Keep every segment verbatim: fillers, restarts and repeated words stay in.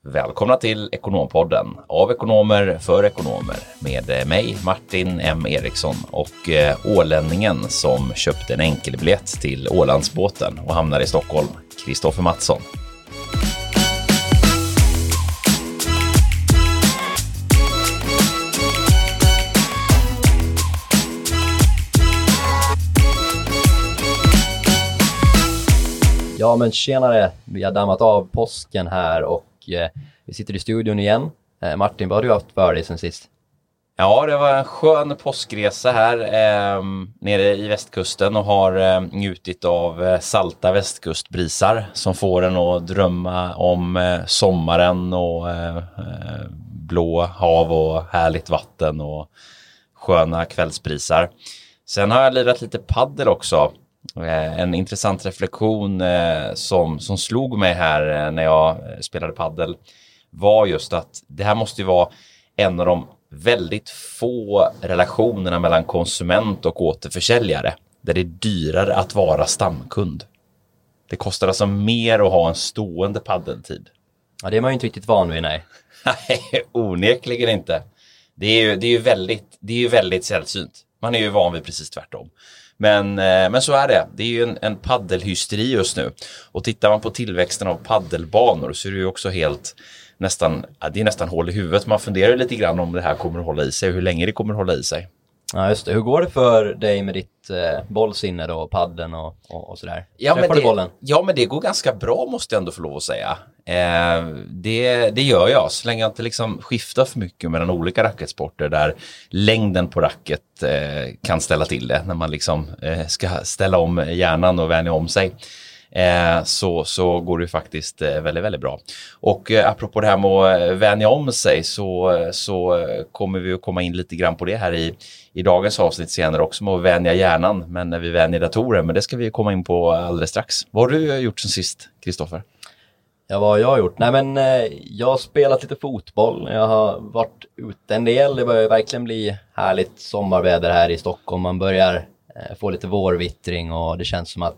Välkomna till Ekonompodden av ekonomer för ekonomer med mig Martin M. Eriksson och ålänningen som köpte en enkelbiljett till Ålandsbåten och hamnar i Stockholm, Kristoffer Mattsson. Ja men tjenare, vi har dammat av påsken här och eh, vi sitter i studion igen. Eh, Martin, vad har du haft för dig sen sist? Ja, det var en skön påskresa här eh, nere i västkusten och har eh, njutit av eh, salta västkustbrisar som får en att drömma om eh, sommaren och eh, blå hav och härligt vatten och sköna kvällsbrisar. Sen har jag lirat lite paddel också. En intressant reflektion eh, som, som slog mig här eh, när jag spelade paddel var just att det här måste ju vara en av de väldigt få relationerna mellan konsument och återförsäljare där det är dyrare att vara stamkund. Det kostar alltså mer att ha en stående paddeltid. Ja, det är man ju inte riktigt van vid, nej. Nej, onekligen inte. Det är ju, det är ju väldigt, det är ju väldigt sällsynt. Man är ju van vid precis tvärtom. Men, men så är det. Det är ju en, en paddelhysteri just nu. Och tittar man på tillväxten av paddelbanor så är det ju också helt nästan, det är nästan hål i huvudet. Man funderar lite grann om det här kommer att hålla i sig och hur länge det kommer att hålla i sig. Ja just det. Hur går det för dig med ditt eh, bollsinne då, paddeln och, och, och sådär? Ja men, det, bollen? ja men det går ganska bra måste jag ändå få lov att säga. Eh, det, det gör jag så länge jag inte liksom skiftar för mycket mellan olika racketsporter där längden på racket eh, kan ställa till det när man liksom eh, ska ställa om hjärnan och vänja om sig. Eh, så, så går det faktiskt eh, väldigt, väldigt bra. Och eh, apropå det här med att vänja om sig så, så kommer vi att komma in lite grann på det här i, i dagens avsnitt senare också med att vänja hjärnan, men när vi vänjer datorer, men det ska vi komma in på alldeles strax. Vad har du gjort sen sist, Kristoffer? Ja, vad har jag gjort? Nej men eh, jag har spelat lite fotboll, jag har varit ute en del, det börjar verkligen bli härligt sommarväder här i Stockholm, man börjar eh, få lite vårvittring och det känns som att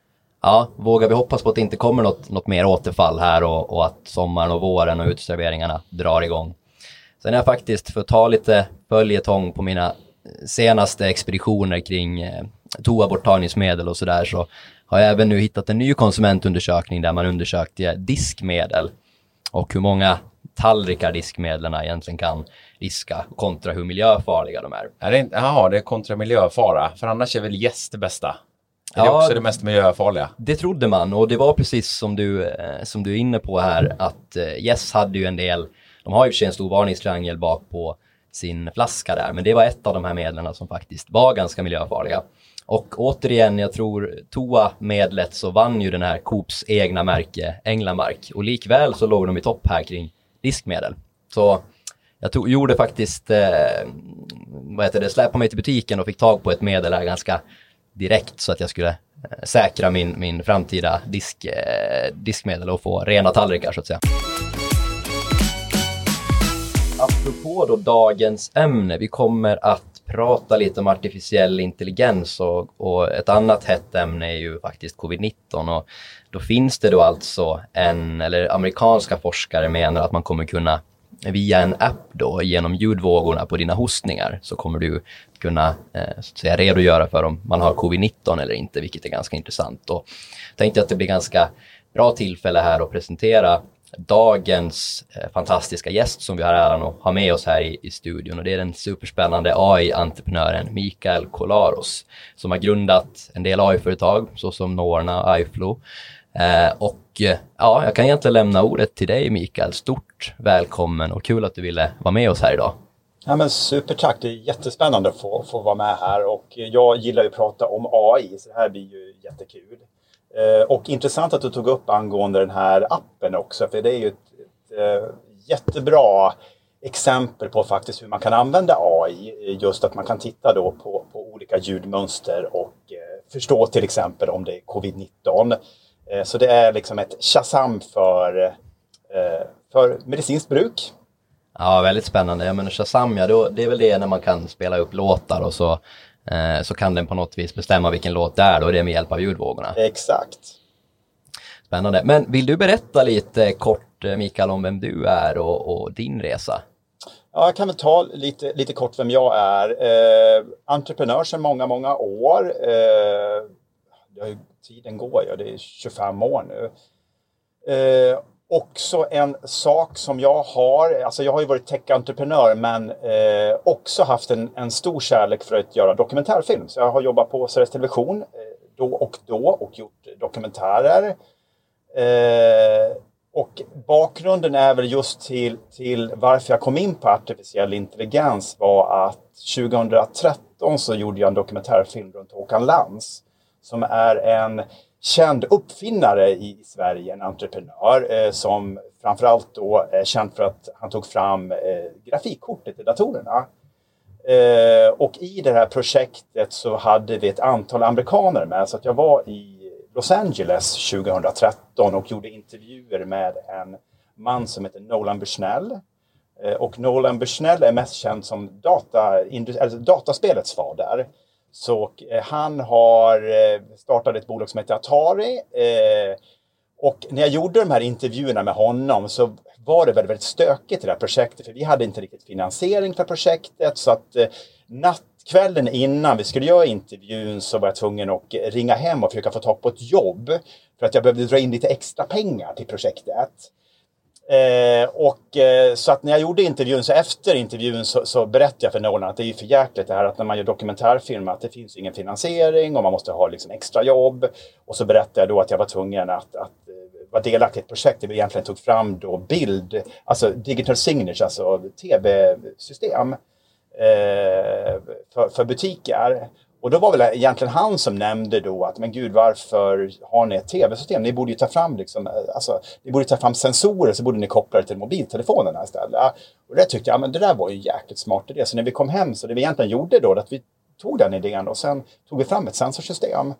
ja, vågar vi hoppas på att det inte kommer något, något mer återfall här och, och att sommaren och våren och utserveringarna drar igång. Sen är jag faktiskt för att ta lite följetong på mina senaste expeditioner kring eh, toaborttagningsmedel och sådär så har jag även nu hittat en ny konsumentundersökning där man undersökte diskmedel och hur många tallrikar diskmedlen egentligen kan diska kontra hur miljöfarliga de är. är det inte, aha, det är kontra miljöfara, för annars är väl jäst det bästa. Det är ja, också det mest miljöfarliga. Det trodde man och det var precis som du, eh, som du är inne på här att eh, Yes hade ju en del, de har ju för sig en stor varningstriangel bak på sin flaska där, men det var ett av de här medlen som faktiskt var ganska miljöfarliga. Och återigen, jag tror toa-medlet så vann ju den här Coops egna märke Änglamark och likväl så låg de i topp här kring diskmedel. Så jag tog, gjorde faktiskt, eh, vad heter det, släpade mig till butiken och fick tag på ett medel här ganska direkt så att jag skulle eh, säkra min, min framtida disk, eh, diskmedel och få rena tallrikar så att säga. Apropå då dagens ämne, vi kommer att prata lite om artificiell intelligens och, och ett annat hett ämne är ju faktiskt covid nitton och då finns det då alltså en, eller amerikanska forskare menar att man kommer kunna via en app då genom ljudvågorna på dina hostningar så kommer du kunna eh, så att säga, redogöra för om man har covid nitton eller inte, vilket är ganska intressant. Och tänkte att det blir ganska bra tillfälle här att presentera dagens eh, fantastiska gäst som vi har äran att ha med oss här i, i studion och det är den superspännande A I-entreprenören Mikael Kolaros som har grundat en del A I-företag såsom Norna, iFlow. Eh, och eh, ja, jag kan egentligen lämna ordet till dig Mikael. Stort välkommen och kul att du ville vara med oss här idag. Ja, men supertack, det är jättespännande att få, få vara med här och jag gillar ju att prata om A I så det här blir ju jättekul. Eh, och intressant att du tog upp angående den här appen också för det är ju ett, ett, ett jättebra exempel på faktiskt hur man kan använda A I. Just att man kan titta då på, på olika ljudmönster och eh, förstå till exempel om det är covid nitton. Eh, så det är liksom ett Shazam för, eh, för medicinskt bruk. Ja, väldigt spännande. Jag menar Shazam, ja, då, det är väl det när man kan spela upp låtar och så, eh, så kan den på något vis bestämma vilken låt det är då, och det är med hjälp av ljudvågorna. Exakt. Spännande. Men vill du berätta lite kort Mikael, om vem du är och, och din resa. Ja, jag kan väl ta lite, lite kort vem jag är. Eh, entreprenör sedan många, många år. Eh, det har ju, tiden går ju, det är tjugofem år nu. Eh, också en sak som jag har, alltså jag har ju varit tech-entreprenör men eh, också haft en, en stor kärlek för att göra dokumentärfilm. Så jag har jobbat på Sveriges Television eh, då och då och gjort dokumentärer. Eh, och bakgrunden är väl just till, till varför jag kom in på artificiell intelligens var att tjugohundratretton så gjorde jag en dokumentärfilm runt Håkan Lans som är en känd uppfinnare i Sverige, en entreprenör eh, som framförallt då är känd för att han tog fram eh, grafikkortet i datorerna. Eh, och i det här projektet så hade vi ett antal amerikaner med, så att jag var i Los Angeles tjugohundratretton och gjorde intervjuer med en man som heter Nolan Bushnell. Eh, och Nolan Bushnell är mest känd som data, alltså dataspelets fader. Så eh, han har eh, startat ett bolag som heter Atari. Eh, och när jag gjorde de här intervjuerna med honom så var det väldigt, väldigt stökigt i det här projektet. För vi hade inte riktigt finansiering för projektet. Så att eh, nattkvällen innan vi skulle göra intervjun så var jag tvungen att ringa hem och försöka få tag på ett jobb. För att jag behövde dra in lite extra pengar till projektet. Eh, och eh, så att när jag gjorde intervjun, så efter intervjun så, så berättade jag för Nolan att det är ju för jäkligt det här att när man gör dokumentärfilm att det finns ingen finansiering och man måste ha liksom extra jobb. Och så berättade jag då att jag var tvungen att, att vara delaktig i ett projekt där vi egentligen tog fram då bild, alltså digital signage, alltså tv-system eh, för, för butiker. Och då var väl egentligen han som nämnde då att men gud, varför har ni ett tv-system? Ni borde ju ta fram liksom, alltså, ni borde ta fram sensorer, så borde ni koppla det till mobiltelefonerna istället. Och det tyckte jag, men det där var ju jäkligt smart idé. Så när vi kom hem, så det vi egentligen gjorde då, att vi tog den idén och sen tog vi fram ett sensorsystem.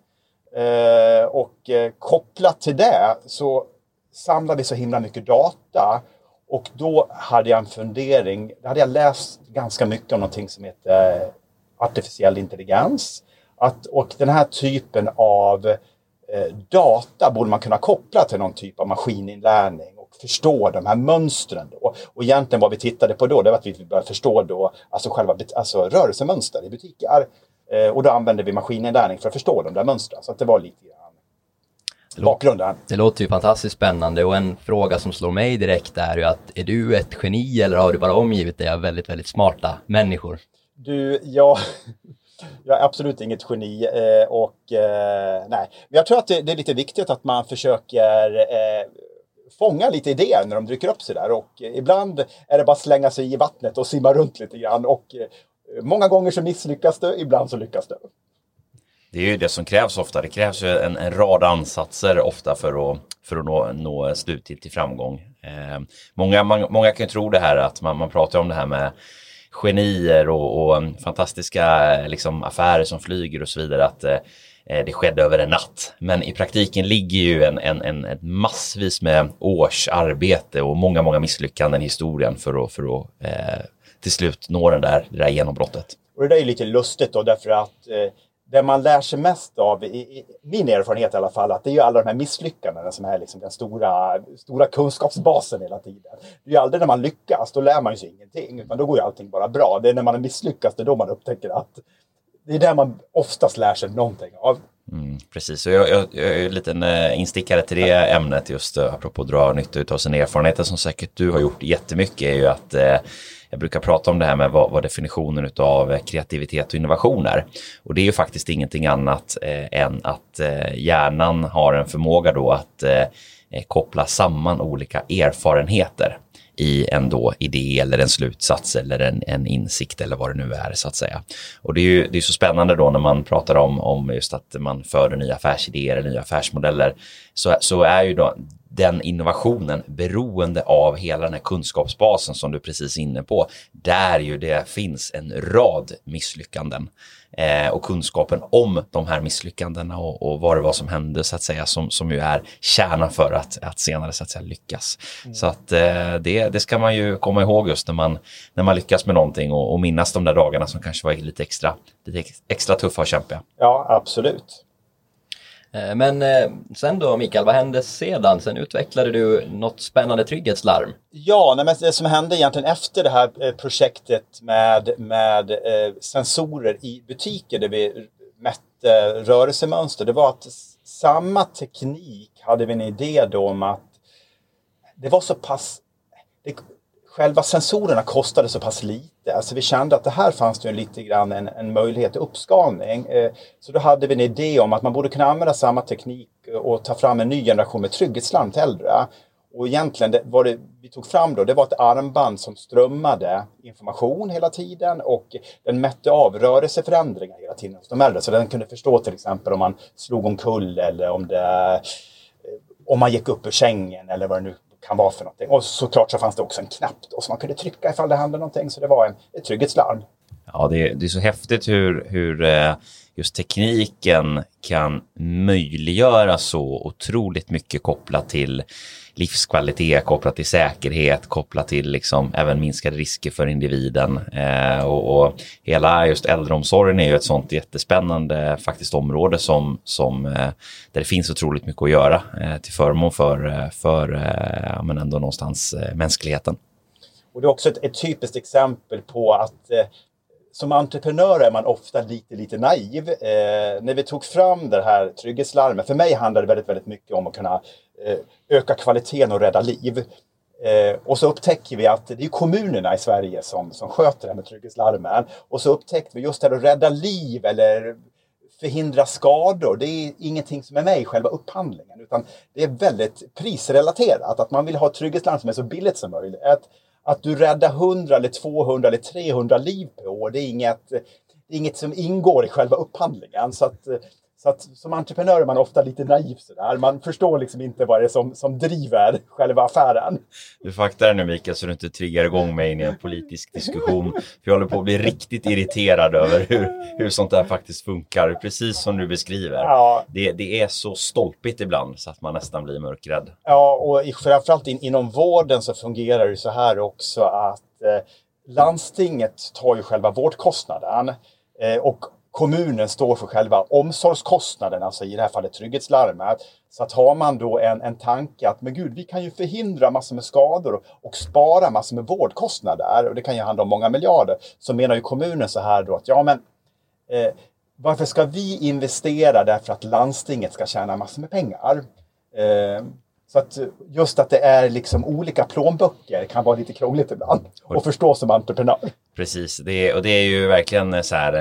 Eh, och eh, kopplat till det så samlade vi så himla mycket data. Och då hade jag en fundering, då hade jag läst ganska mycket om någonting som heter artificiell intelligens. Att, och den här typen av eh, data borde man kunna koppla till någon typ av maskininlärning och förstå de här mönstren. Då. Och egentligen vad vi tittade på då, det var att vi började förstå då, alltså själva alltså rörelsemönster i butiker. Eh, och då använde vi maskininlärning för att förstå de där mönstren. Så att det var lite grann bakgrunden. Det låter ju fantastiskt spännande, och en fråga som slår mig direkt är ju att är du ett geni eller har du bara omgivit dig av väldigt, väldigt smarta människor? Du, jag, jag är absolut inget geni eh, och eh, nej. Men jag tror att det, det är lite viktigt att man försöker eh, fånga lite idéer när de dyker upp sig där. Och eh, ibland är det bara slänga sig i vattnet och simma runt lite grann. Och eh, många gånger så misslyckas det, ibland så lyckas det. Det är ju det som krävs ofta. Det krävs ju en, en rad ansatser ofta för att, för att nå, nå slutgiltig framgång. Eh, många, man, många kan ju tro det här att man, man pratar om det här med genier och, och fantastiska liksom, affärer som flyger och så vidare, att eh, det skedde över en natt. Men i praktiken ligger ju en, en, en, en massvis med års arbete och många, många misslyckanden i historien för att, för att eh, till slut nå den där, det där genombrottet. Och det där är lite lustigt då, därför att eh, det man lär sig mest av, i, i min erfarenhet i alla fall, att det är ju alla de här misslyckandena som är liksom den stora, stora kunskapsbasen hela tiden. Det är ju aldrig när man lyckas, då lär man ju sig ingenting, utan då går ju allting bara bra. Det är när man är misslyckats, det är då man upptäcker att det är där man oftast lär sig någonting av. Mm, precis, och jag, jag, jag är en liten uh, instickare till det ämnet just uh, apropå att dra nytta av sina erfarenheter som säkert du har gjort jättemycket, är ju att uh, jag brukar prata om det här med vad, vad definitionen av kreativitet och innovation är. Och det är ju faktiskt ingenting annat eh, än att eh, hjärnan har en förmåga då att eh, koppla samman olika erfarenheter i en då idé eller en slutsats eller en, en insikt eller vad det nu är, så att säga. Och det är ju det är så spännande då när man pratar om, om just att man föder nya affärsidéer eller nya affärsmodeller, så, så är ju då den innovationen beroende av hela den här kunskapsbasen som du precis är inne på, där ju det finns en rad misslyckanden. Eh, och kunskapen om de här misslyckandena och, och vad det var som hände, så att säga, som, som ju är kärnan för att, att senare, så att säga, lyckas. Mm. Så att eh, det, det ska man ju komma ihåg just när man, när man lyckas med någonting, och, och minnas de där dagarna som kanske var lite extra, lite extra tuffa och kämpiga. Ja, absolut. Men sen då Mikael, vad hände sedan? Sen utvecklade du något spännande trygghetslarm. Ja, nej, men det som hände egentligen efter det här projektet med, med eh, sensorer i butiker där vi mätte rörelsemönster, det var att samma teknik hade vi en idé då om att det var så pass... Det, själva sensorerna kostade så pass lite. Alltså vi kände att det här fanns det ju lite grann en, en möjlighet till uppskalning. Eh, så då hade vi en idé om att man borde kunna använda samma teknik och ta fram en ny generation med trygghetslarm till äldre. Och egentligen det, vad det, vi tog fram då, det var ett armband som strömmade information hela tiden och den mätte av rörelseförändringar hela tiden hos de äldre. Så den kunde förstå till exempel om man slog omkull eller om, det, om man gick upp ur sängen eller vad det nu kan vara för någonting. Och såklart så fanns det också en knapp då som man kunde trycka ifall det hände någonting. Så det var en, ett trygghetslarm. Ja, det är, det är så häftigt hur, hur just tekniken kan möjliggöra så otroligt mycket kopplat till livskvalitet, kopplat till säkerhet, kopplat till liksom även minskade risker för individen. Eh, och, och hela just äldreomsorgen är ju ett sånt jättespännande faktiskt område som, som, eh, där det finns otroligt mycket att göra eh, till förmån för, för eh, men ändå någonstans eh, mänskligheten. Och det är också ett, ett typiskt exempel på att eh, som entreprenör är man ofta lite, lite naiv. Eh, när vi tog fram det här trygghetslarmet, för mig handlar det väldigt, väldigt mycket om att kunna eh, öka kvaliteten och rädda liv. Eh, och så upptäcker vi att det är kommunerna i Sverige som, som sköter det här med trygghetslarmen. Och så upptäckte vi just det här att rädda liv eller förhindra skador. Det är ingenting som är med i själva upphandlingen, utan det är väldigt prisrelaterat. Att man vill ha ett trygghetslarm som är så billigt som möjligt. Att, Att du räddar hundra eller tvåhundra eller trehundra liv per år, det är inget, det är inget som ingår i själva upphandlingen. Så att, så att som entreprenör är man ofta lite naiv sådär. Man förstår liksom inte vad det är som, som driver själva affären. Du faktar nu Mikael så du inte triggar igång mig in i en politisk diskussion. För jag håller på att bli riktigt irriterad över hur, hur sånt där faktiskt funkar. Precis som du beskriver. Ja. Det, det är så stolpigt ibland så att man nästan blir mörkrädd. Ja, och framförallt in, inom vården så fungerar det så här också att eh, landstinget tar ju själva vårdkostnaden eh, och kommunen står för själva omsorgskostnaden, alltså i det här fallet trygghetslarmet. Så att har man då en, en tanke att men gud, vi kan ju förhindra massor med skador och, och spara massor med vårdkostnader, och det kan ju handla om många miljarder, så menar ju kommunen så här då att ja men eh, varför ska vi investera därför att landstinget ska tjäna massor med pengar? Eh, Så att just att det är liksom olika plånböcker kan vara lite krångligt ibland att förstå som entreprenör. Precis, det är, och det är ju verkligen så här,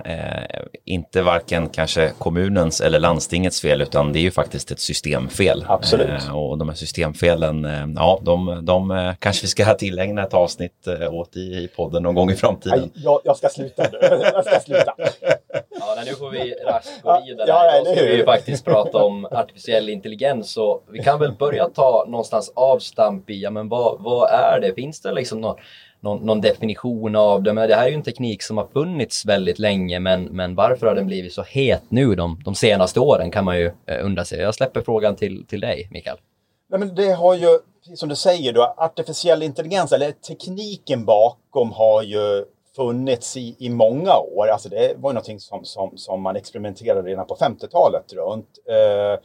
eh, inte varken kanske kommunens eller landstingets fel, utan det är ju faktiskt ett systemfel. Absolut. Eh, och de här systemfelen, eh, ja, de, de eh, kanske vi ska tillägna ett avsnitt eh, åt i, i podden någon gång i framtiden. Nej, jag, jag ska sluta nu. Jag ska sluta. Ja, nu får vi raskt gå vidare. Ja, ja, då ska vi ju faktiskt prata om artificiell intelligens, och vi kan väl börja ta någonstans avstamp i, ja, men vad, vad är det? Finns det liksom någon, någon, någon definition av det? Men det här är ju en teknik som har funnits väldigt länge, men, men varför har den blivit så het nu de, de senaste åren, kan man ju eh, undra sig. Jag släpper frågan till, till dig, Mikael. Nej, men det har ju, som du säger då, artificiell intelligens, eller tekniken bakom har ju funnits i, i många år. Alltså det var ju någonting som, som, som man experimenterade redan på femtiotalet runt. Eh,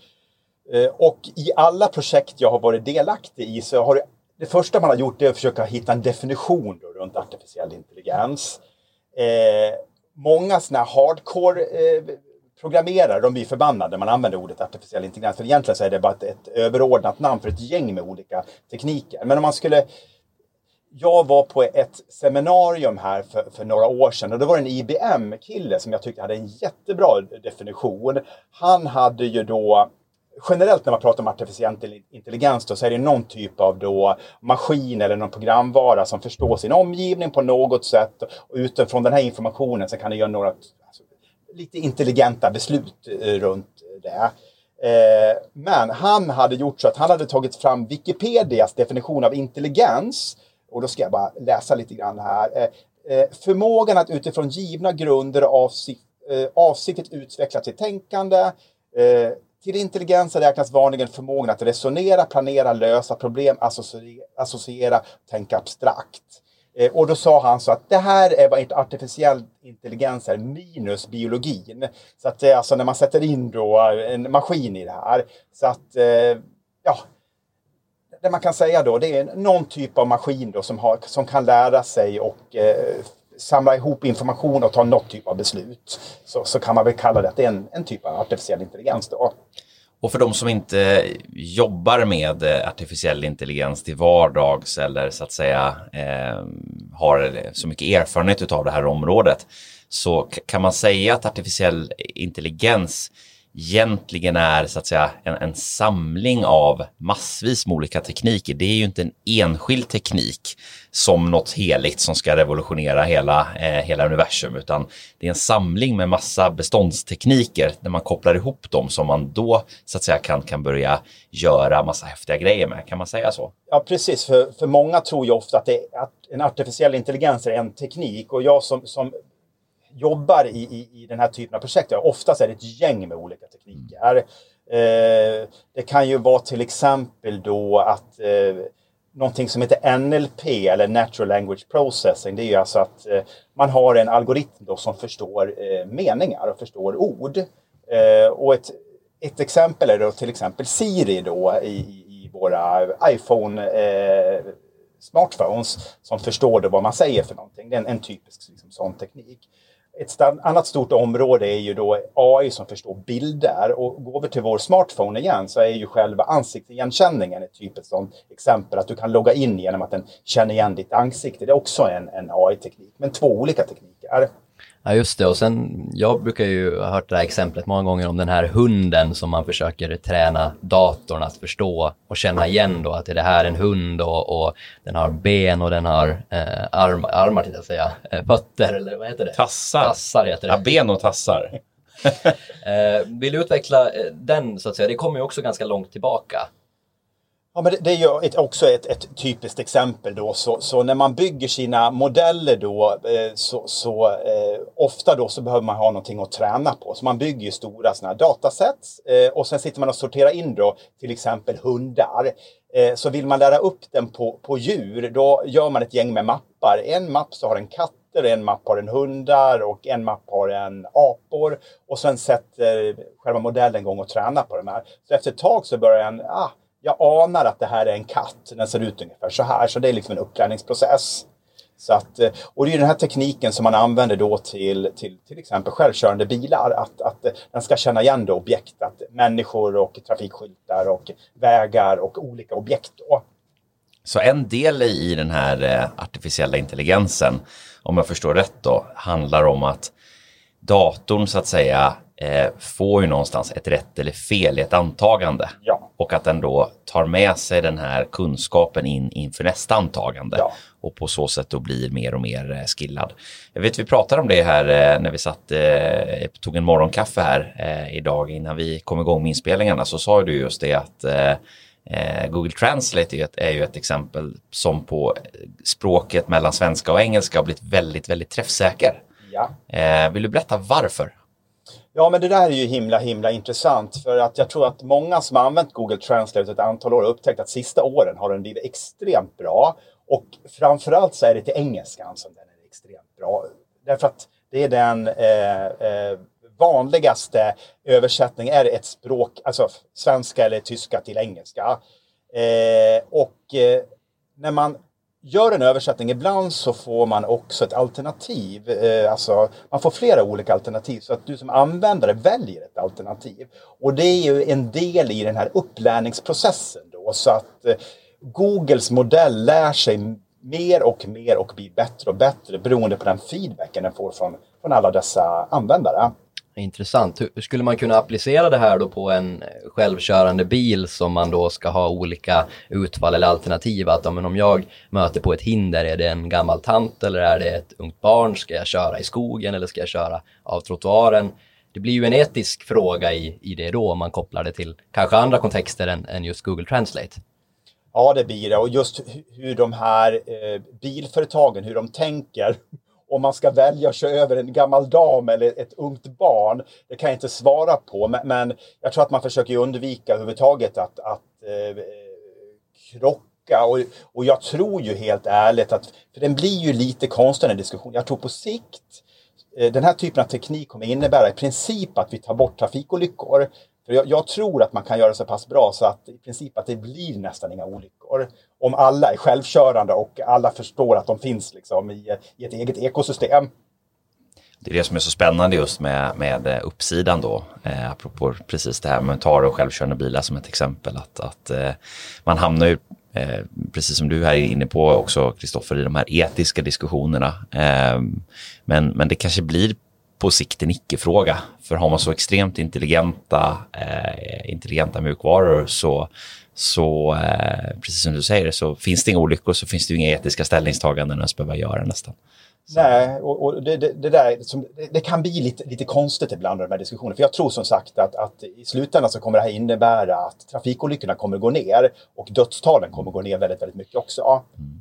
Och i alla projekt jag har varit delaktig i så har det, det första man har gjort är att försöka hitta en definition då runt artificiell intelligens. Eh, många sådana hardcore eh, programmerare, de blir förbannade när man använder ordet artificiell intelligens. För egentligen så är det bara ett, ett överordnat namn för ett gäng med olika tekniker. Men om man skulle... Jag var på ett seminarium här för, för några år sedan, och det var en I B M-kille som jag tyckte hade en jättebra definition. Han hade ju då... Generellt när man pratar om artificiell intelligens då, så är det någon typ av då maskin eller någon programvara som förstår sin omgivning på något sätt. Och utifrån den här informationen så kan det göra några alltså, lite intelligenta beslut eh, runt det. Eh, men han hade gjort så att han hade tagit fram Wikipedias definition av intelligens. Och då ska jag bara läsa lite grann här. Eh, eh, förmågan att utifrån givna grunder avsikt, eh, avsiktligt utveckla sitt tänkande. Eh, Till intelligens räknas vanligen förmågan att resonera, planera, lösa problem, associera, associera tänka abstrakt. Eh, och då sa han så att det här är vad artificiell intelligens är minus biologin. Så att eh, alltså när man sätter in då en maskin i det här. Så att, eh, ja, det man kan säga då, det är någon typ av maskin då som, har, som kan lära sig och eh, samla ihop information och ta något typ av beslut. Så, så kan man väl kalla det att det är en, en typ av artificiell intelligens då. Och för de som inte jobbar med artificiell intelligens till vardags eller så att säga eh, har så mycket erfarenhet av det här området, så k- kan man säga att artificiell intelligens egentligen är så att säga en, en samling av massvis med olika tekniker. Det är ju inte en enskild teknik som något heligt som ska revolutionera hela, eh, hela universum, utan det är en samling med massa beståndstekniker när man kopplar ihop dem som man då så att säga kan, kan börja göra massa häftiga grejer med. Kan man säga så? Ja, precis. För, för många tror ju ofta att, det, att en artificiell intelligens är en teknik, och jag som, som jobbar i, i, i den här typen av projekt, oftast är det ett gäng med olika tekniker. Eh, det kan ju vara till exempel då att eh, någonting som heter N L P eller Natural Language Processing, det är ju alltså att eh, man har en algoritm då som förstår eh, meningar och förstår ord. Eh, och ett, ett exempel är då till exempel Siri då i, i våra iPhone eh, smartphones som förstår då vad man säger för någonting. Det är en, en typisk liksom, sån teknik. Ett st- annat stort område är ju då A I som förstår bilder, och går vi till vår smartphone igen så är ju själva ansiktsigenkänningen ett typiskt sånt exempel, att du kan logga in genom att den känner igen ditt ansikte. Det är också en, en A I-teknik, men två olika tekniker. Ja, just det. Och sen, jag brukar ju ha hört det här exemplet många gånger om den här hunden som man försöker träna datorn att förstå och känna igen då att det här är en hund och, och den har ben och den har eh, arm, armar till att säga, eh, fötter eller vad heter det? Tassar. Tassar heter det. Ja, ben och tassar. eh, vill utveckla den så att säga, det kommer ju också ganska långt tillbaka. Ja, men det, det är ju ett, också ett, ett typiskt exempel då. Så, så när man bygger sina modeller då, eh, så, så eh, ofta då så behöver man ha någonting att träna på. Så man bygger ju stora såna här datasets eh, och sen sitter man och sorterar in då till exempel hundar. Eh, så vill man lära upp den på, på djur, då gör man ett gäng med mappar. En mapp så har en katter, en mapp har en hundar och en mapp har en apor. Och sen sätter själva modellen igång och tränar på de här. Så efter ett tag så börjar en... Ah, jag anar att det här är en katt. Den ser ut ungefär så här. Så det är liksom en upplärningsprocess. Så att, och det är ju den här tekniken som man använder då till till, till exempel självkörande bilar. Att, att den ska känna igen då objekt. Att människor och trafikskyltar och vägar och olika objekt då. Så en del i den här artificiella intelligensen, om jag förstår rätt då, handlar om att datorn så att säga eh, får ju någonstans ett rätt eller fel i ett antagande. Ja. Och att den då tar med sig den här kunskapen in inför nästa antagande. Ja. Och på så sätt då blir mer och mer eh, skillad. Jag vet vi pratade om det här eh, när vi satt, eh, tog en morgonkaffe här eh, idag innan vi kom igång med inspelningarna, så sa du just det att eh, Eh, Google Translate är ju, ett, är ju ett exempel som på språket mellan svenska och engelska har blivit väldigt, väldigt träffsäker. Ja. Eh, vill du berätta varför? Ja, men det där är ju himla, himla intressant. För att jag tror att många som har använt Google Translate ett antal år har upptäckt att sista åren har den blivit extremt bra. Och framförallt så är det till engelskan som den är extremt bra. Därför att det är den... Eh, eh, vanligaste översättning är ett språk, alltså svenska eller tyska till engelska. Eh, och eh, när man gör en översättning ibland så får man också ett alternativ. Eh, alltså man får flera olika alternativ så att du som användare väljer ett alternativ. Och det är ju en del i den här upplärningsprocessen då. Så att eh, Googles modell lär sig mer och mer och blir bättre och bättre beroende på den feedbacken den får från, från alla dessa användare. Intressant. Hur skulle man kunna applicera det här då på en självkörande bil som man då ska ha olika utfall eller alternativ? Att om jag möter på ett hinder, är det en gammal tant eller är det ett ungt barn? Ska jag köra i skogen eller ska jag köra av trottoaren? Det blir ju en etisk fråga i, i det då om man kopplar det till kanske andra kontexter än, än just Google Translate. Ja, det blir det. Och just hur de här eh, bilföretagen, hur de tänker... Om man ska välja att köra över en gammal dam eller ett ungt barn, det kan jag inte svara på. Men, men jag tror att man försöker undvika överhuvudtaget att, att eh, krocka lycka. Och, och jag tror ju helt ärligt att, för den blir ju lite konstig den diskussionen. Jag tror på sikt, den här typen av teknik kommer innebära i princip att vi tar bort trafikolyckor. För jag, jag tror att man kan göra så pass bra så att i princip att det blir nästan inga olyckor. Om alla är självkörande och alla förstår att de finns liksom i, i ett eget ekosystem. Det är det som är så spännande just med, med uppsidan då. Eh, apropå precis det här med tar och självkörande bilar som ett exempel. Att, att eh, man hamnar ju, eh, precis som du här är inne på också, Kristoffer, i de här etiska diskussionerna. Eh, men, men det kanske blir på sikt en icke-fråga. För har man så extremt intelligenta, eh, intelligenta mjukvaror så, så eh, precis som du säger, så finns det inga olyckor, så finns det ju inga etiska ställningstaganden att behöva göra nästan. Så. Nej, och, och det, det, det, där, som, det, det kan bli lite, lite konstigt ibland de här diskussionerna. För jag tror som sagt att, att i slutändan så kommer det här innebära att trafikolyckorna kommer gå ner och dödstalen kommer gå ner väldigt, väldigt mycket också. Mm.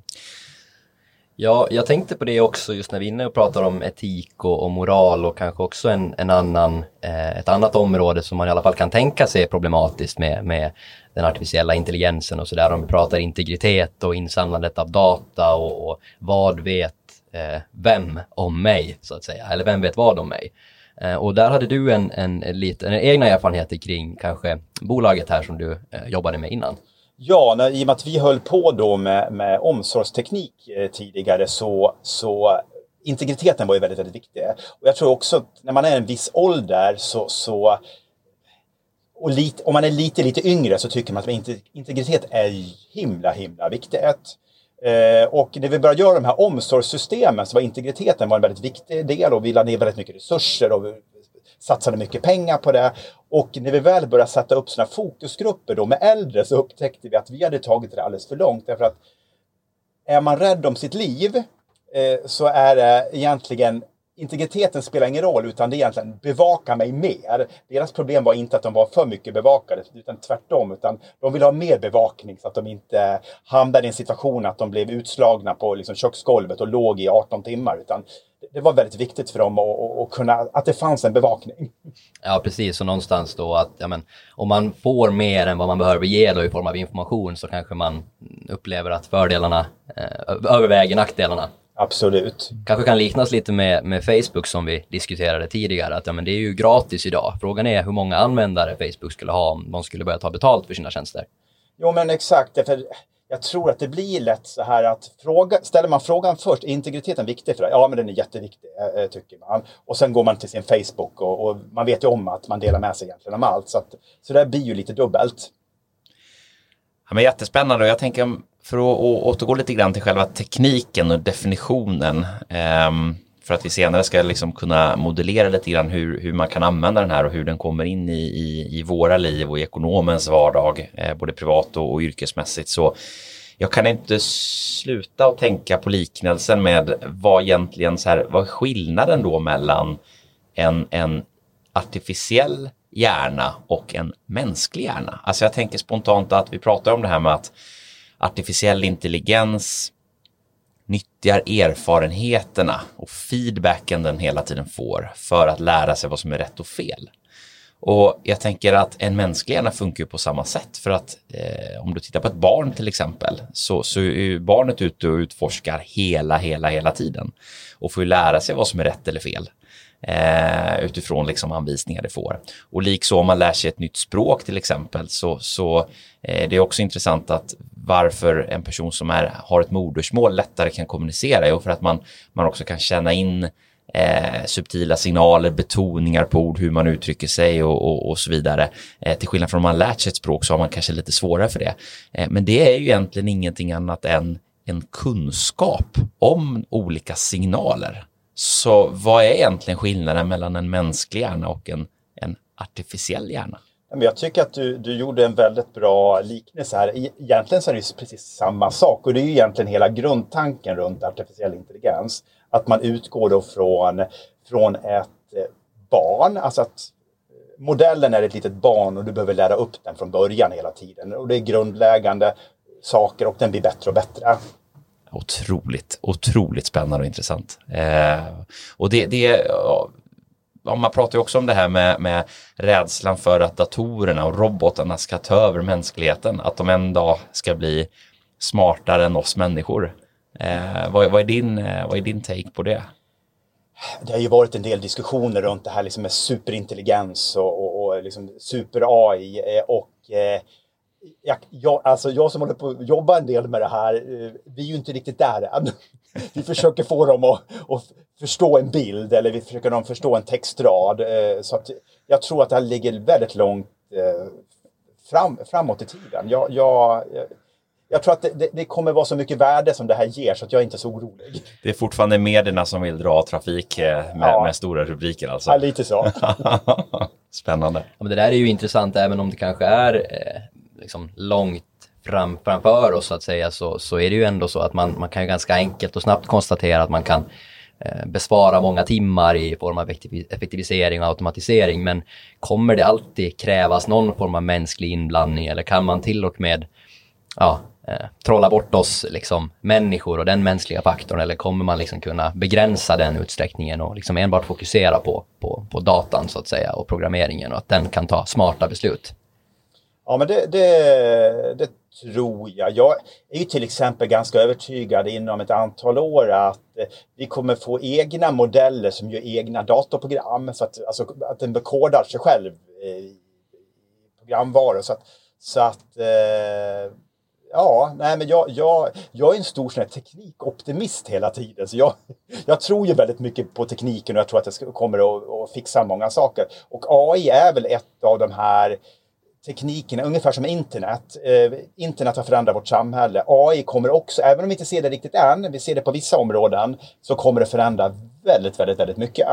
Ja, jag tänkte på det också just när vi är inne och pratar om etik och, och moral och kanske också en, en annan, eh, ett annat område som man i alla fall kan tänka sig är problematiskt med, med den artificiella intelligensen och sådär. Om vi pratar integritet och insamlandet av data och, och vad vet eh, vem om mig så att säga, eller vem vet vad om mig. Eh, och där hade du en, en, en liten en egna erfarenheter kring kanske bolaget här som du eh, jobbade med innan. Ja, när, i och med att vi höll på då med, med omsorgsteknik eh, tidigare så, så integriteten var ju väldigt, väldigt viktig. Och jag tror också att när man är en viss ålder så, så och lite, om man är lite, lite yngre så tycker man att integritet är himla, himla viktigt. Eh, och när vi började göra de här omsorgssystemen så var integriteten var en väldigt viktig del och vi lade ner väldigt mycket resurser och vi satsade mycket pengar på det. Och när vi väl började sätta upp såna fokusgrupper då med äldre så upptäckte vi att vi hade tagit det alldeles för långt. Därför att är man rädd om sitt liv eh, så är det egentligen, integriteten spelar ingen roll utan det är egentligen bevaka mig mer. Deras problem var inte att de var för mycket bevakade utan tvärtom. Utan de ville ha mer bevakning så att de inte hamnade i en situation att de blev utslagna på liksom köksgolvet och låg i arton timmar. Utan det var väldigt viktigt för dem att, att, kunna, att det fanns en bevakning. Ja, precis. Och någonstans då att ja, men, om man får mer än vad man behöver ge då i form av information så kanske man upplever att fördelarna eh, överväger nackdelarna. Absolut. Kanske kan liknas lite med, med Facebook som vi diskuterade tidigare. Att ja, men det är ju gratis idag. Frågan är hur många användare Facebook skulle ha om de skulle börja ta betalt för sina tjänster. Jo men exakt. För jag tror att det blir lätt så här att fråga, ställer man frågan först, är integriteten viktig för det? Ja men den är jätteviktig tycker man. Och sen går man till sin Facebook och, och man vet ju om att man delar med sig egentligen om allt. Så, att, så det blir ju lite dubbelt. Ja, men jättespännande och jag tänker för att återgå lite grann till själva tekniken och definitionen eh, för att vi senare ska liksom kunna modellera lite grann hur, hur man kan använda den här och hur den kommer in i, i, i våra liv och i ekonomens vardag, eh, både privat och, och yrkesmässigt. Så jag kan inte sluta att tänka på liknelsen med vad egentligen så här, vad är skillnaden då mellan en, en artificiell hjärna och en mänsklig hjärna. Alltså jag tänker spontant att vi pratar om det här med att artificiell intelligens nyttjar erfarenheterna och feedbacken den hela tiden får för att lära sig vad som är rätt och fel. Och jag tänker att en mänsklig hjärna funkar på samma sätt för att eh, om du tittar på ett barn till exempel så, så är ju barnet ute och utforskar hela, hela, hela tiden och får ju lära sig vad som är rätt eller fel. Eh, utifrån liksom anvisningar det får. Och liksom om man lär sig ett nytt språk till exempel så, så eh, det är också intressant att varför en person som är, har ett modersmål lättare kan kommunicera och för att man, man också kan känna in eh, subtila signaler, betoningar på ord, hur man uttrycker sig och, och, och så vidare. Eh, till skillnad från om man lärt sig ett språk så har man kanske lite svårare för det. Eh, men det är ju egentligen ingenting annat än en kunskap om olika signaler. Så vad är egentligen skillnaden mellan en mänsklig hjärna och en, en artificiell hjärna? Jag tycker att du, du gjorde en väldigt bra liknelse här. Egentligen så är det precis samma sak. Och det är ju egentligen hela grundtanken runt artificiell intelligens. Att man utgår då från, från ett barn. Alltså att modellen är ett litet barn och du behöver lära upp den från början hela tiden. Och det är grundläggande saker och den blir bättre och bättre. Otroligt, otroligt spännande och intressant. Eh, och det, det ja, man pratar ju också om det här med, med rädslan för att datorerna och robotarna ska ta över mänskligheten. Att de en dag ska bli smartare än oss människor. Eh, vad, vad, är din, vad är din take på det? Det har ju varit en del diskussioner runt det här liksom med superintelligens och, och, och liksom super-A I. Och eh, jag, jag, alltså jag som håller på att jobba en del med det här, eh, vi är ju inte riktigt där än. Vi försöker få dem att, att förstå en bild eller vi försöker dem förstå en textrad. Eh, så att jag tror att det här ligger väldigt långt eh, fram, framåt i tiden. Jag, jag, jag tror att det, det kommer vara så mycket värde som det här ger så att jag är inte så orolig. Det är fortfarande medierna som vill dra trafik med, ja. med stora rubriker alltså. Ja, lite så. Spännande. Ja, men det där är ju intressant även om det kanske är eh, liksom långt fram, framför oss så att säga, så, så är det ju ändå så att man, man kan ju ganska enkelt och snabbt konstatera att man kan eh, bespara många timmar i form av effektivisering och automatisering, men kommer det alltid krävas någon form av mänsklig inblandning eller kan man till och med ja, eh, trolla bort oss liksom, människor och den mänskliga faktorn, eller kommer man liksom kunna begränsa den utsträckningen och liksom enbart fokusera på, på, på datan så att säga och programmeringen och att den kan ta smarta beslut? Ja, men det, det, det tror jag. Jag är ju till exempel ganska övertygad inom ett antal år att vi kommer få egna modeller som gör egna datorprogram. Så att, alltså, att den bekodar sig själv i programvaror. Så att, så att eh, ja, nej men jag, jag, jag är en stor sån här teknikoptimist hela tiden. Så jag, jag tror ju väldigt mycket på tekniken och jag tror att det kommer att, att fixa många saker. Och A I är väl ett av de här teknikerna, ungefär som internet. Eh, internet har förändrat vårt samhälle. A I kommer också, även om vi inte ser det riktigt än, vi ser det på vissa områden, så kommer det förändra väldigt, väldigt, väldigt mycket.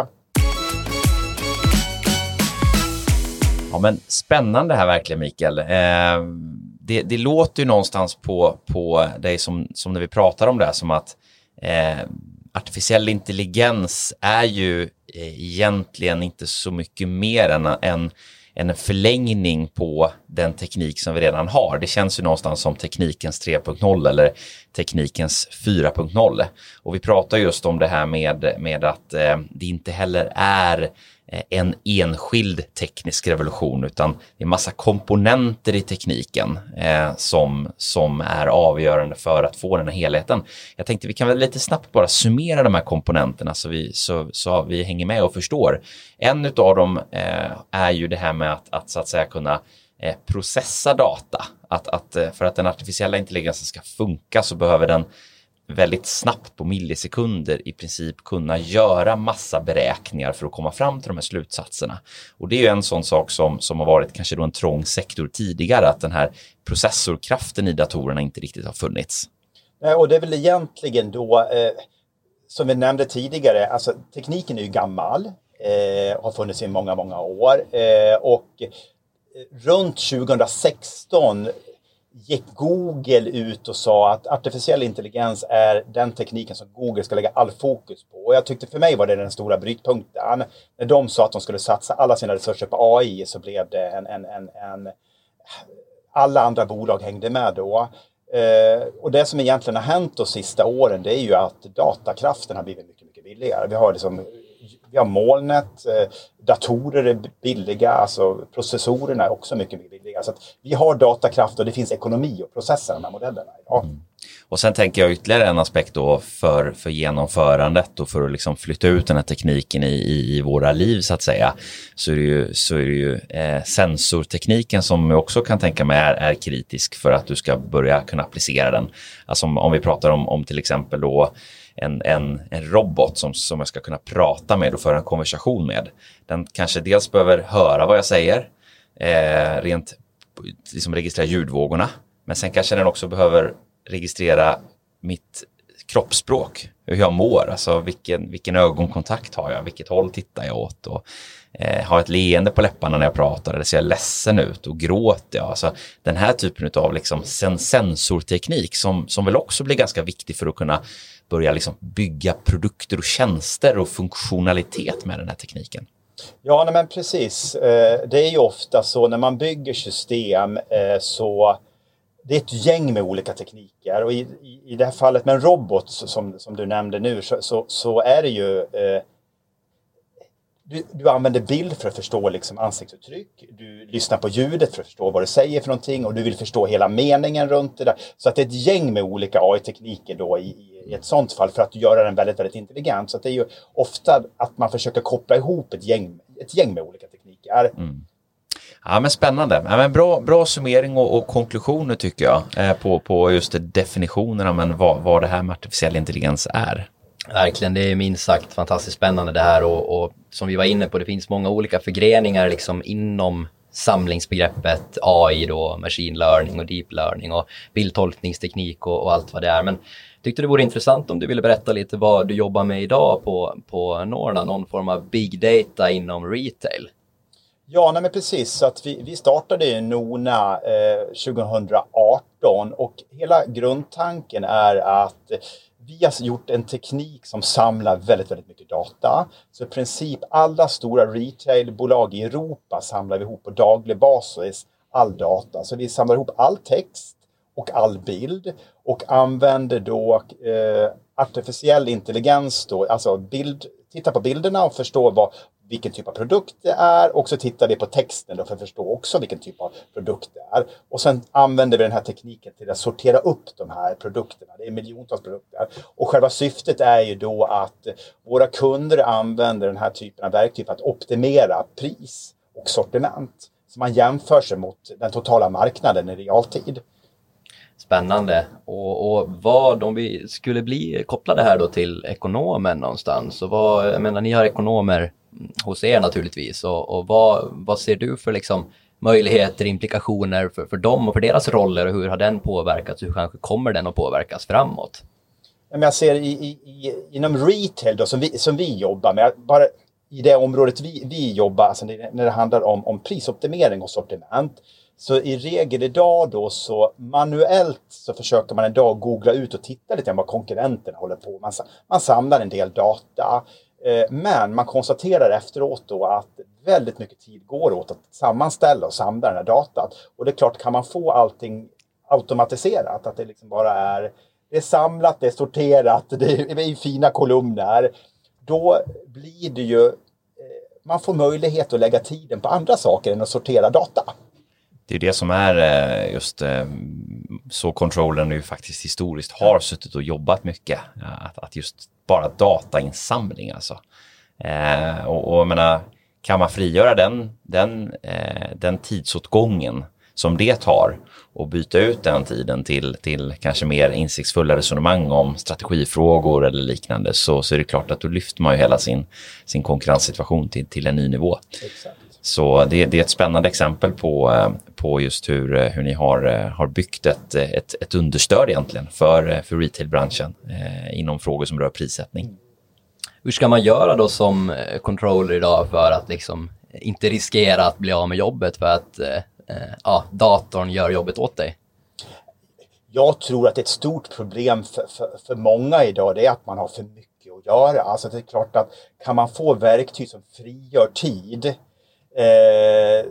Ja, men spännande här verkligen, Mikael. Eh, det, det låter ju någonstans på, på dig som, som när vi pratar om det här, som att eh, artificiell intelligens är ju eh, egentligen inte så mycket mer än en en förlängning på den teknik som vi redan har. Det känns ju någonstans som teknikens tre punkt noll eller teknikens fyra punkt noll. Och vi pratar just om det här med, med att eh, det inte heller är eh, en enskild teknisk revolution, utan det är massa komponenter i tekniken eh, som, som är avgörande för att få den här helheten. Jag tänkte vi kan väl lite snabbt bara summera de här komponenterna så vi, så, så vi hänger med och förstår. En av dem eh, är ju det här med att, att så att säga kunna eh, processa data. Att, att, för att den artificiella intelligensen ska funka så behöver den väldigt snabbt på millisekunder i princip kunna göra massa beräkningar för att komma fram till de här slutsatserna. Och det är ju en sån sak som, som har varit kanske då en trång sektor tidigare, att den här processorkraften i datorerna inte riktigt har funnits. Nej, och det är väl egentligen då, eh, som vi nämnde tidigare, alltså tekniken är ju gammal, eh, har funnits i många, många år eh, och runt tjugohundrasexton gick Google ut och sa att artificiell intelligens är den tekniken som Google ska lägga all fokus på. Och jag tyckte för mig var det den stora brytpunkten. När de sa att de skulle satsa alla sina resurser på A I så blev det en... en, en, en alla andra bolag hängde med då. Eh, och det som egentligen har hänt de sista åren, det är ju att datakraften har blivit mycket, mycket billigare. Vi har liksom... Vi har molnet, datorer är billiga, alltså processorerna är också mycket, mycket billiga. Så att vi har datakraft och det finns ekonomi och processa de här modellerna idag. Mm. Och sen tänker jag ytterligare en aspekt då för, för genomförandet och för att liksom flytta ut den här tekniken i, i, i våra liv så att säga. Så är det ju, så är det ju eh, sensortekniken som jag också kan tänka mig är, är kritisk för att du ska börja kunna applicera den. Alltså om, om vi pratar om, om till exempel då En, en, en robot som, som jag ska kunna prata med och föra en konversation med. Den kanske dels behöver höra vad jag säger, eh, rent liksom registrera ljudvågorna, men sen kanske den också behöver registrera mitt kroppsspråk, hur jag mår, alltså vilken, vilken ögonkontakt har jag, vilket håll tittar jag åt och eh, har ett leende på läpparna när jag pratar eller ser jag ledsen ut och gråter jag. Alltså, den här typen av liksom sen- sensorteknik som, som väl också blir ganska viktig för att kunna börja liksom bygga produkter och tjänster och funktionalitet med den här tekniken. Ja, nej, men precis. Det är ju ofta så när man bygger system så det är ett gäng med olika tekniker. Och i, i, i det här fallet med en robot som, som du nämnde nu så, så, så är det ju du, du använder bild för att förstå liksom ansiktsuttryck. Du lyssnar på ljudet för att förstå vad du säger för någonting. Och du vill förstå hela meningen runt det där. Så att det är ett gäng med olika A I-tekniker då i, i ett sånt fall för att göra den väldigt, väldigt intelligent. Så att det är ju ofta att man försöker koppla ihop ett gäng, ett gäng med olika tekniker. Mm. Ja, men spännande. Ja, men bra, bra summering och, och konklusioner tycker jag eh, på, på just definitionerna, men vad, vad det här med artificiell intelligens är. Verkligen, det är minst sagt fantastiskt spännande det här och, och som vi var inne på, det finns många olika förgreningar liksom inom samlingsbegreppet A I då, machine learning och deep learning och bildtolkningsteknik och, och allt vad det är. Men tyckte det vore intressant om du ville berätta lite vad du jobbar med idag på, på Norna, någon form av big data inom retail. Ja, nej men precis. Så att vi, vi startade i Nona eh, tjugohundraarton och hela grundtanken är att vi har gjort en teknik som samlar väldigt, väldigt mycket data. Så i princip alla stora retailbolag i Europa samlar vi ihop på daglig basis all data. Så vi samlar ihop all text och all bild och använder då eh, artificiell intelligens då, alltså bild, titta på bilderna och förstå vad, vilken typ av produkt det är, och så tittar vi på texten då för att förstå också vilken typ av produkt det är. Och sen använder vi den här tekniken till att sortera upp de här produkterna. Det är miljontals produkter. Och själva syftet är ju då att våra kunder använder den här typen av verktyg för att optimera pris och sortiment. Så man jämför sig mot den totala marknaden i realtid. Spännande. Och, och vad, om vi skulle bli kopplade här då till ekonomen någonstans, och vad, jag menar, ni har ekonomer hos er naturligtvis, och, och vad, vad ser du för liksom möjligheter, implikationer för, för dem och för deras roller, och hur har den påverkats, hur kanske kommer den att påverkas framåt? Jag ser i, i, i, inom retail då, som, vi, som vi jobbar med, bara i det området vi, vi jobbar, alltså när det handlar om, om prisoptimering och sortiment. Så i regel idag då så manuellt så försöker man idag googla ut och titta lite på vad konkurrenterna håller på. Man, man samlar en del data. Eh, men man konstaterar efteråt då att väldigt mycket tid går åt att sammanställa och samla den här datan. Och det är klart, kan man få allting automatiserat, att det liksom bara är, det är samlat, det är sorterat, det är i fina kolumner. Då blir det ju, eh, man får möjlighet att lägga tiden på andra saker än att sortera data. Det är det som är just så controllern ju faktiskt historiskt har suttit och jobbat mycket. Att, att just bara datainsamling alltså. Eh, och, och jag menar, kan man frigöra den, den, eh, den tidsåtgången som det tar och byta ut den tiden till, till kanske mer insiktsfulla resonemang om strategifrågor eller liknande, så, så är det klart att då lyfter man ju hela sin, sin konkurrenssituation till, till en ny nivå. Exakt. Så det, det är ett spännande exempel på, på just hur, hur ni har, har byggt ett, ett, ett understöd egentligen för, för retailbranschen eh, inom frågor som rör prissättning. Hur ska man göra då som controller idag för att liksom inte riskera att bli av med jobbet för att eh, ja, datorn gör jobbet åt dig? Jag tror att ett stort problem för, för, för många idag, det är att man har för mycket att göra. Alltså det är klart att kan man få verktyg som frigör tid. Eh,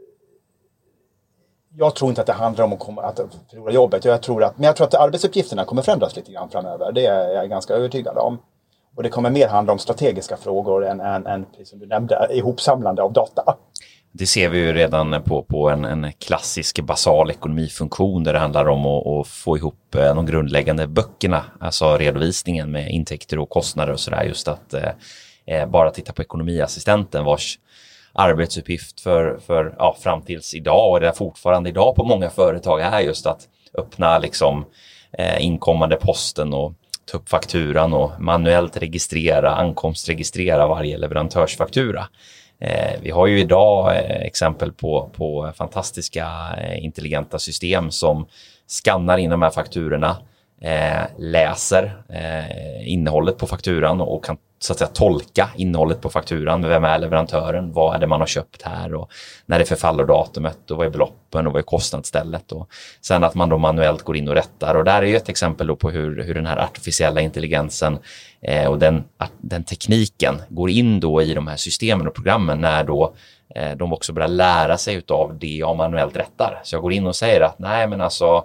jag tror inte att det handlar om att, komma, att förlora jobbet. Jag tror att, men jag tror att arbetsuppgifterna kommer förändras lite grann framöver. Det är jag ganska övertygad om. Och det kommer mer handla om strategiska frågor än, än, än precis som du nämnde, ihopsamlande av data. Det ser vi ju redan på, på en, en klassisk basal ekonomifunktion där det handlar om att, att få ihop de grundläggande böckerna, alltså redovisningen med intäkter och kostnader och sådär. Just att eh, bara titta på ekonomiassistenten vars arbetsuppgift för, för ja, fram tills idag, och det är fortfarande idag på många företag, är just att öppna liksom, eh, inkommande posten och ta upp fakturan och manuellt registrera, ankomstregistrera varje leverantörsfaktura. Eh, vi har ju idag eh, exempel på, på fantastiska eh, intelligenta system som skannar in de här fakturorna, eh, läser eh, innehållet på fakturan och kan så att säga tolka innehållet på fakturan. Vem är leverantören? Vad är det man har köpt här? Och när det förfaller datumet? Och vad är beloppen? Och vad är kostnadsstället? Och sen att man då manuellt går in och rättar. Och där är ju ett exempel då på hur, hur den här artificiella intelligensen eh, och den, den tekniken går in då i de här systemen och programmen när då eh, de också börjar lära sig utav det jag manuellt rättar. Så jag går in och säger att nej men alltså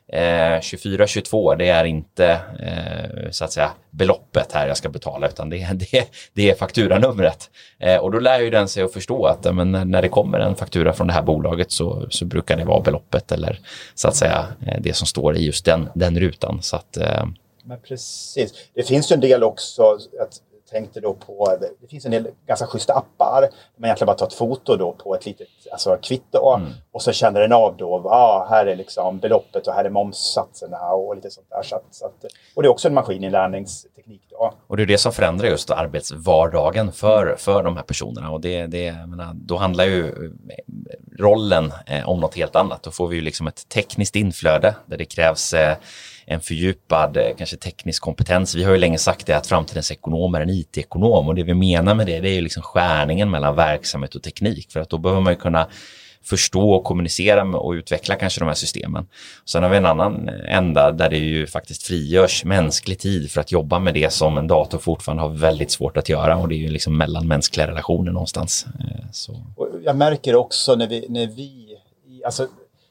eh, tjugofyra tjugotvå, det är inte eh, så att säga beloppet här jag ska betala, utan det, det, det är fakturanumret. Eh, och då lär ju den sig att förstå att eh, men när det kommer en faktura från det här bolaget så, så brukar det vara beloppet eller så att säga eh, det som står i just den, den rutan. Så att, eh, men precis. Det finns ju en del också att tänkte då på, det finns en del ganska schyssta appar där man egentligen bara tar ett foto då på ett litet alltså kvitto mm. och så känner den av då, ah, här är liksom beloppet och här är momssatserna och lite sånt där. Så att, så att, och det är också en maskininlärningsteknik då. Och det är det som förändrar just arbetsvardagen för, för de här personerna, och det, det, jag menar, då handlar ju rollen eh, om något helt annat. Då får vi ju liksom ett tekniskt inflöde där det krävs eh, en fördjupad, kanske teknisk kompetens. Vi har ju länge sagt det att framtidens ekonom är en I T-ekonom, och det vi menar med det, det är ju liksom skärningen mellan verksamhet och teknik, för att då behöver man ju kunna förstå och kommunicera med och utveckla kanske de här systemen. Sen har vi en annan ända där det ju faktiskt frigörs mänsklig tid för att jobba med det som en dator fortfarande har väldigt svårt att göra, och det är ju liksom mellanmänskliga relationer någonstans. Så. Och jag märker också när vi, när vi alltså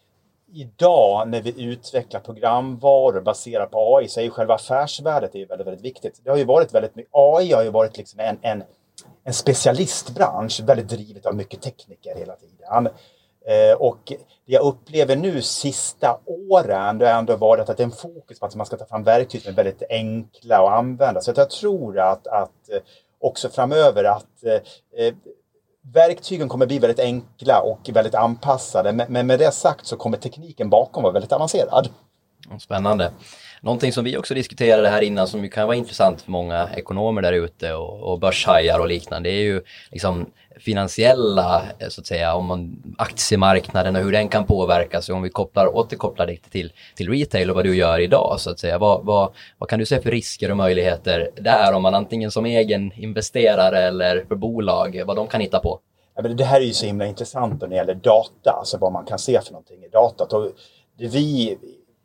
idag när vi utvecklar programvaror baserat på A I, så är ju själva affärsvärdet är ju väldigt, väldigt viktigt. Det har ju varit väldigt mycket, A I har ju varit liksom en, en, en specialistbransch, väldigt drivet av mycket tekniker hela tiden. Eh, och det jag upplever nu sista åren, det har ändå varit att det är en fokus på att man ska ta fram verktyg som är väldigt enkla att använda. Så att jag tror att, att också framöver att eh, verktygen kommer bli väldigt enkla och väldigt anpassade. Men med det sagt så kommer tekniken bakom vara väldigt avancerad. Spännande. Någonting som vi också diskuterade här innan som kan vara intressant för många ekonomer där ute och, och börshajar och liknande, det är ju liksom finansiella, så att säga, om man, aktiemarknaden och hur den kan påverkas. Om vi kopplar, återkopplar det till, till retail och vad du gör idag, så att säga. Vad, vad, vad kan du se för risker och möjligheter där, om man antingen som egen investerare eller för bolag, vad de kan hitta på? Ja, men det här är ju så himla intressant när det gäller data, alltså vad man kan se för någonting i datat. Och det vi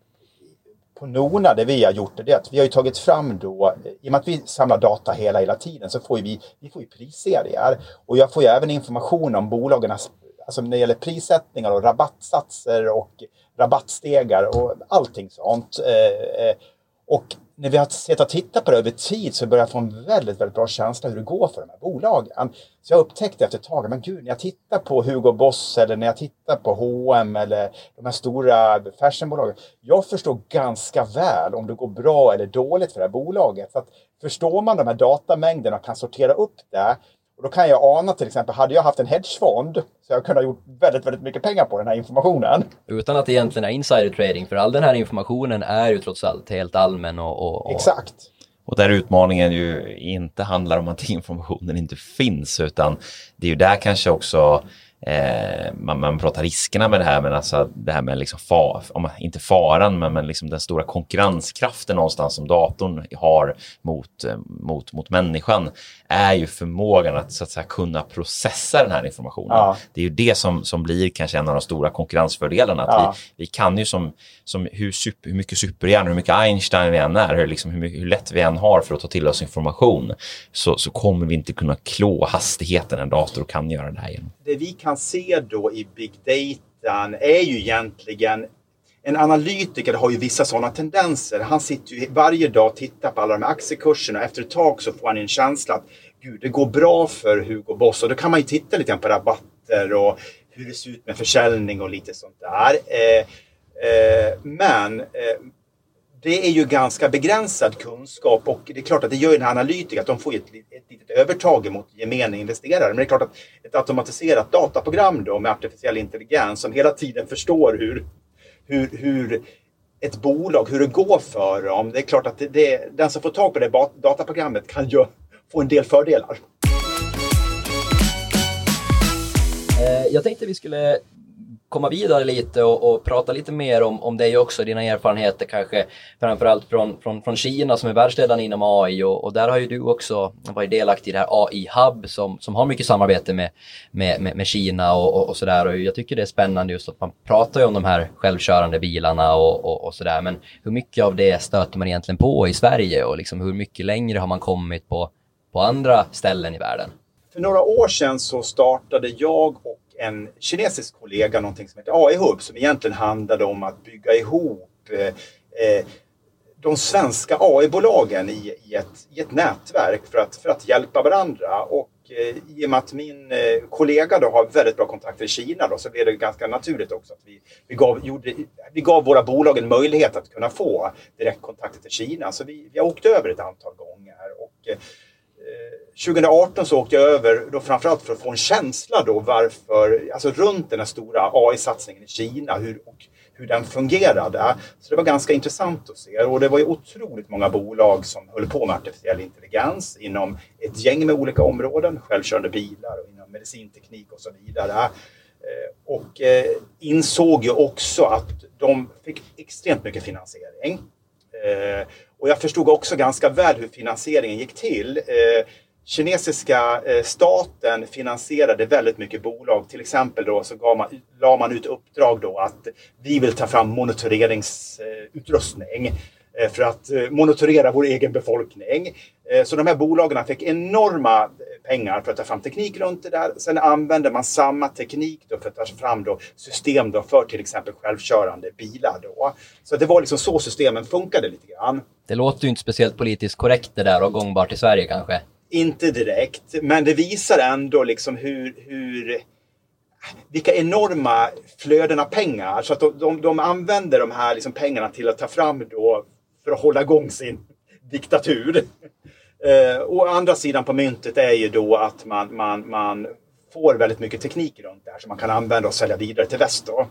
på Nona, det vi har gjort är det att vi har ju tagit fram då, i och med att vi samlar data hela, hela tiden, så får vi, vi får ju prisserier. Och jag får ju även information om bolagens, alltså när det gäller prissättningar och rabattsatser och rabattstegar och allting sånt. Och när vi har sett och tittat på det över tid så börjar jag få en väldigt, väldigt bra känsla hur det går för de här bolagen. Så jag upptäckte efter ett tag, men gud, när jag tittar på Hugo Boss eller när jag tittar på H och M eller de här stora fashionbolagen, jag förstår ganska väl om det går bra eller dåligt för det här bolaget. Så att förstår man de här datamängderna och kan sortera upp det, och då kan jag ana till exempel, hade jag haft en hedgefond så jag kunde ha gjort väldigt, väldigt mycket pengar på den här informationen. Utan att det egentligen är insider trading, för all den här informationen är ju trots allt helt allmän. Och, och, och... Exakt. Och där utmaningen ju inte handlar om att informationen inte finns, utan det är ju där kanske också eh, man, man pratar riskerna med det här, men alltså det här med liksom far, om, inte faran, men, men liksom den stora konkurrenskraften någonstans som datorn har mot, mot, mot människan är ju förmågan att, så att säga, kunna processa den här informationen. Ja. Det är ju det som, som blir kanske en av de stora konkurrensfördelarna. Att ja. vi, vi kan ju som, som hur, super, hur mycket superhjärnor, hur mycket Einstein vi än är, hur, liksom, hur, hur lätt vi än har för att ta till oss information, så, så kommer vi inte kunna klå hastigheten en dator kan göra det här genom. Det vi kan se då i big data är ju egentligen, en analytiker har ju vissa sådana tendenser. Han sitter ju varje dag och tittar på alla de här aktiekurserna, och efter ett tag så får han en känsla att gud, det går bra för Hugo Boss, och då kan man ju titta lite på rabatter och hur det ser ut med försäljning och lite sånt där. Eh, eh, men eh, det är ju ganska begränsad kunskap, och det är klart att det gör en analytiker att de får ett, ett litet övertag mot gemene investerare. Men det är klart att ett automatiserat dataprogram då med artificiell intelligens som hela tiden förstår hur, hur, hur ett bolag, hur det går för dem. Det är klart att det, det, den som får tag på det dataprogrammet kan ju få en del fördelar. Jag tänkte vi skulle komma vidare lite och, och prata lite mer om, om dig också, dina erfarenheter kanske framförallt från, från, från Kina som är världsledande inom A I, och, och där har ju du också varit delaktig i det här A I-hub som, som har mycket samarbete med, med, med, med Kina och, och, och sådär, och jag tycker det är spännande just att man pratar ju om de här självkörande bilarna och, och, och sådär, men hur mycket av det stöter man egentligen på i Sverige, och liksom hur mycket längre har man kommit på, på andra ställen i världen? För några år sedan så startade jag och en kinesisk kollega någonting som heter A I-hub, som egentligen handlade om att bygga ihop eh, eh, de svenska A I-bolagen i, i, ett, i ett nätverk för att, för att hjälpa varandra. Och eh, i och med att min eh, kollega då har väldigt bra kontakter i Kina då, så blev det ganska naturligt också att vi, vi, gav, gjorde, vi gav våra bolag en möjlighet att kunna få direktkontakter till Kina. Så vi, vi har åkt över ett antal gånger. Och, eh, tjugo arton så åkte jag över då framförallt för att få en känsla då varför, alltså runt den här stora A I-satsningen i Kina hur, och hur den fungerade. Så det var ganska intressant att se. Och det var ju otroligt många bolag som höll på med artificiell intelligens inom ett gäng med olika områden, självkörande bilar och inom medicinteknik och så vidare. Och insåg ju också att de fick extremt mycket finansiering. Och jag förstod också ganska väl hur finansieringen gick till. Kinesiska staten finansierade väldigt mycket bolag. Till exempel då så gav man, la man ut uppdrag då att vi vill ta fram monitoreringsutrustning för att monitorera vår egen befolkning. Så de här bolagen fick enorma pengar för att ta fram teknik runt det där. Sen använder man samma teknik då för att ta fram då system då för till exempel självkörande bilar då. Så det var liksom så systemen funkade lite grann. Det låter ju inte speciellt politiskt korrekt det där och gångbart i Sverige kanske. Inte direkt, men det visar ändå liksom hur, hur vilka enorma flöden av pengar. Så att de, de, de använder de här liksom pengarna till att ta fram då för att hålla igång sin diktatur. Eh, och andra sidan på myntet är ju då att man, man, man får väldigt mycket teknik runt där som man kan använda och sälja vidare till väst då.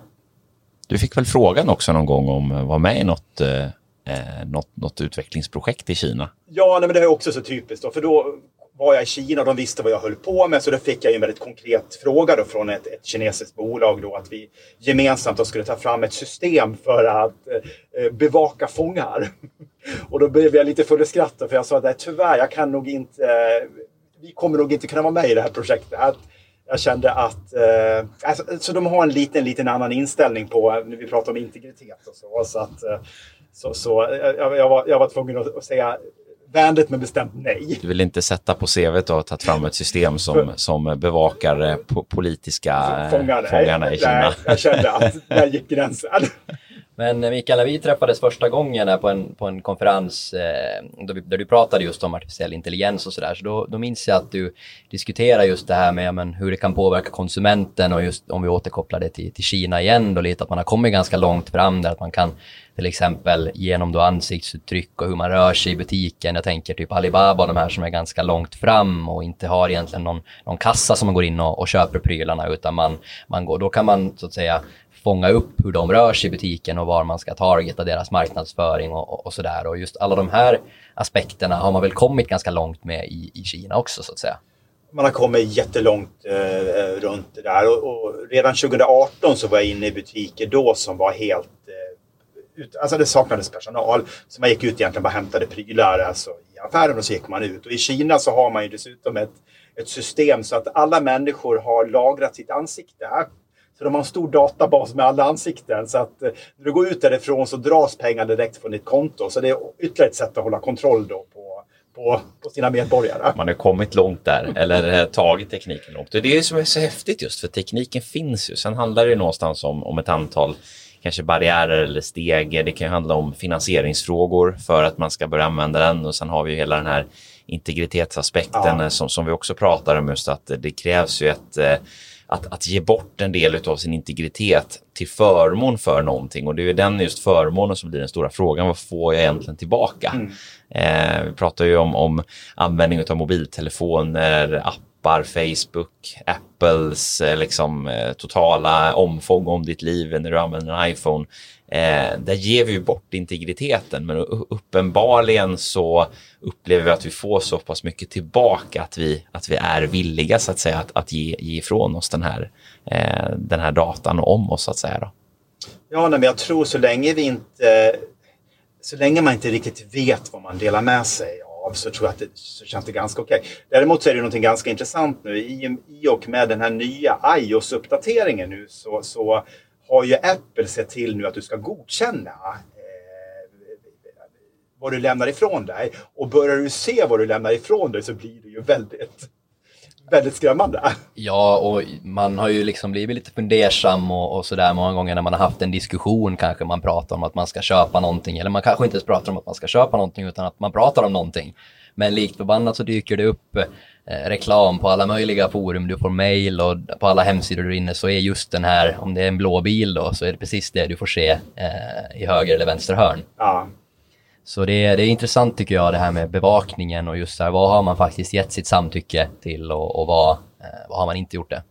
Du fick väl frågan också någon gång om att vara med i något, eh, något, något utvecklingsprojekt i Kina? Ja, nej, men det är också så typiskt då, för då var jag i Kina och de visste vad jag höll på med, så då fick jag en väldigt konkret fråga då från ett, ett kinesiskt bolag då att vi gemensamt då skulle ta fram ett system för att eh, bevaka fångar. Och då blev jag lite full i skratt för jag sa att tyvärr, jag kan nog inte, eh, vi kommer nog inte kunna vara med i det här projektet. Jag kände att, eh, alltså, så de har en liten, liten annan inställning på när vi pratar om integritet och så. Så, att, så, så jag, jag, var, jag var tvungen att säga vänligt men bestämt nej. Du vill inte sätta på C V:t och ha tagit fram ett system som, som bevakar po- politiska fångar, fångarna i Kina? Nej, jag kände att där gick gränsen. Men Mikael, när vi träffades första gången på en, på en konferens eh, där, vi, där du pratade just om artificiell intelligens och sådär, så då, då minns jag att du diskuterar just det här med ja, men, hur det kan påverka konsumenten, och just om vi återkopplar det till, till Kina igen då lite, att man har kommit ganska långt fram där, att man kan till exempel genom då ansiktsuttryck och hur man rör sig i butiken, jag tänker typ Alibaba, de här som är ganska långt fram och inte har egentligen någon, någon kassa som man går in och, och köper prylarna, utan man, man går, då kan man så att säga fånga upp hur de rör sig i butiken och var man ska targeta deras marknadsföring och, och, och sådär. Och just alla de här aspekterna har man väl kommit ganska långt med i, i Kina också så att säga. Man har kommit jättelångt eh, runt det där och, och redan tjugo arton så var jag inne i butiker då som var helt eh, ut, alltså det saknades personal, så man gick ut egentligen bara hämtade prylar alltså, i affären och så gick man ut. Och i Kina så har man ju dessutom ett, ett system så att alla människor har lagrat sitt ansikte. Så de har en stor databas med alla ansikten. Så att eh, när du går ut därifrån så dras pengar direkt från ditt konto. Så det är ytterligare ett sätt att hålla kontroll då på, på, på sina medborgare. Man har kommit långt där, eller tagit tekniken långt. Det är det som är så häftigt just, för tekniken finns ju. Sen handlar det någonstans om, om ett antal kanske barriärer eller steg. Det kan ju handla om finansieringsfrågor för att man ska börja använda den. Och sen har vi ju hela den här integritetsaspekten ja. som, som vi också pratar om, just att det krävs ju ett... Att, att ge bort en del av sin integritet till förmån för någonting. Och det är ju den just förmånen som blir den stora frågan. Vad får jag egentligen tillbaka? Mm. Eh, vi pratar ju om, om användning av mobiltelefoner, appar, Facebook, Apples eh, liksom, eh, totala omfång om ditt liv när du använder en iPhone. Eh, där ger vi ju bort integriteten, men uppenbarligen så upplever vi att vi får så pass mycket tillbaka att vi, att vi är villiga så att säga att, att ge, ge ifrån oss den här, eh, den här datan om oss så att säga då. Ja, men jag tror så länge vi inte så länge man inte riktigt vet vad man delar med sig av så tror jag att det så känns det ganska okej. Däremot så är det någonting ganska intressant nu i, i och med den här nya iOS-uppdateringen nu så, så har ju Apple sett till nu att du ska godkänna eh, vad du lämnar ifrån dig. Och börjar du se vad du lämnar ifrån dig så blir det ju väldigt, väldigt skrämmande. Ja, och man har ju liksom blivit lite fundersam och, och sådär många gånger när man har haft en diskussion. Kanske man pratar om att man ska köpa någonting, eller man kanske inte ens pratar om att man ska köpa någonting utan att man pratar om någonting. Men likt förbannat så dyker det upp eh, reklam på alla möjliga forum. Du får mejl och på alla hemsidor du är inne så är just den här, om det är en blå bil då, så är det precis det du får se eh, i höger eller vänster hörn. Ja. Så det är, det är intressant tycker jag, det här med bevakningen och just så här, vad har man faktiskt gett sitt samtycke till och, och vad, eh, vad har man inte gjort det.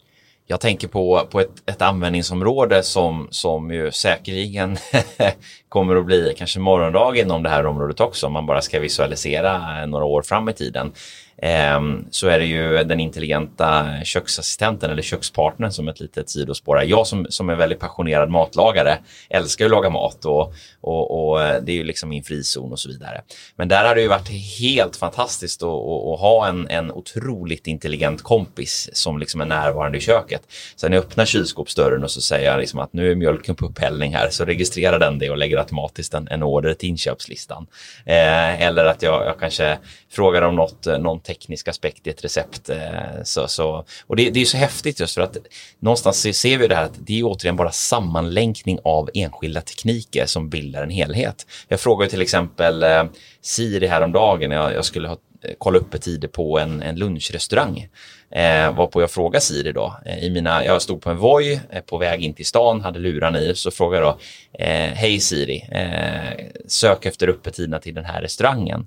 Jag tänker på, på ett, ett användningsområde som, som ju säkerligen kommer att bli kanske morgondag inom det här området också, om man bara ska visualisera några år fram i tiden. Ehm, så är det ju den intelligenta köksassistenten eller kökspartnern som ett litet sidospår. Jag som, som är väldigt passionerad matlagare älskar ju att laga mat och, och, och det är ju liksom min frizon och så vidare. Men där har det ju varit helt fantastiskt att, att, att ha en, en otroligt intelligent kompis som liksom är närvarande i köket. Sen jag öppnar kylskåpsdörren och så säger jag liksom att nu är mjölken på upphällning här, så registrerar den det och lägger automatiskt en, en order till inköpslistan. Eh, eller att jag, jag kanske frågar om något, någon teknisk aspekt i ett recept. Så, så, och det, det är så häftigt just för att någonstans ser vi det här att det är återigen bara sammanlänkning av enskilda tekniker som bildar en helhet. Jag frågade till exempel eh, Siri häromdagen, jag, jag skulle ha kolla upp tider på en, en lunchrestaurang. Eh, varpå jag frågade Siri då. Eh, i mina, jag stod på en Voi eh, på väg in till stan, hade luran i, så frågade jag då, eh, hej Siri, eh, sök efter öppettiderna till den här restaurangen.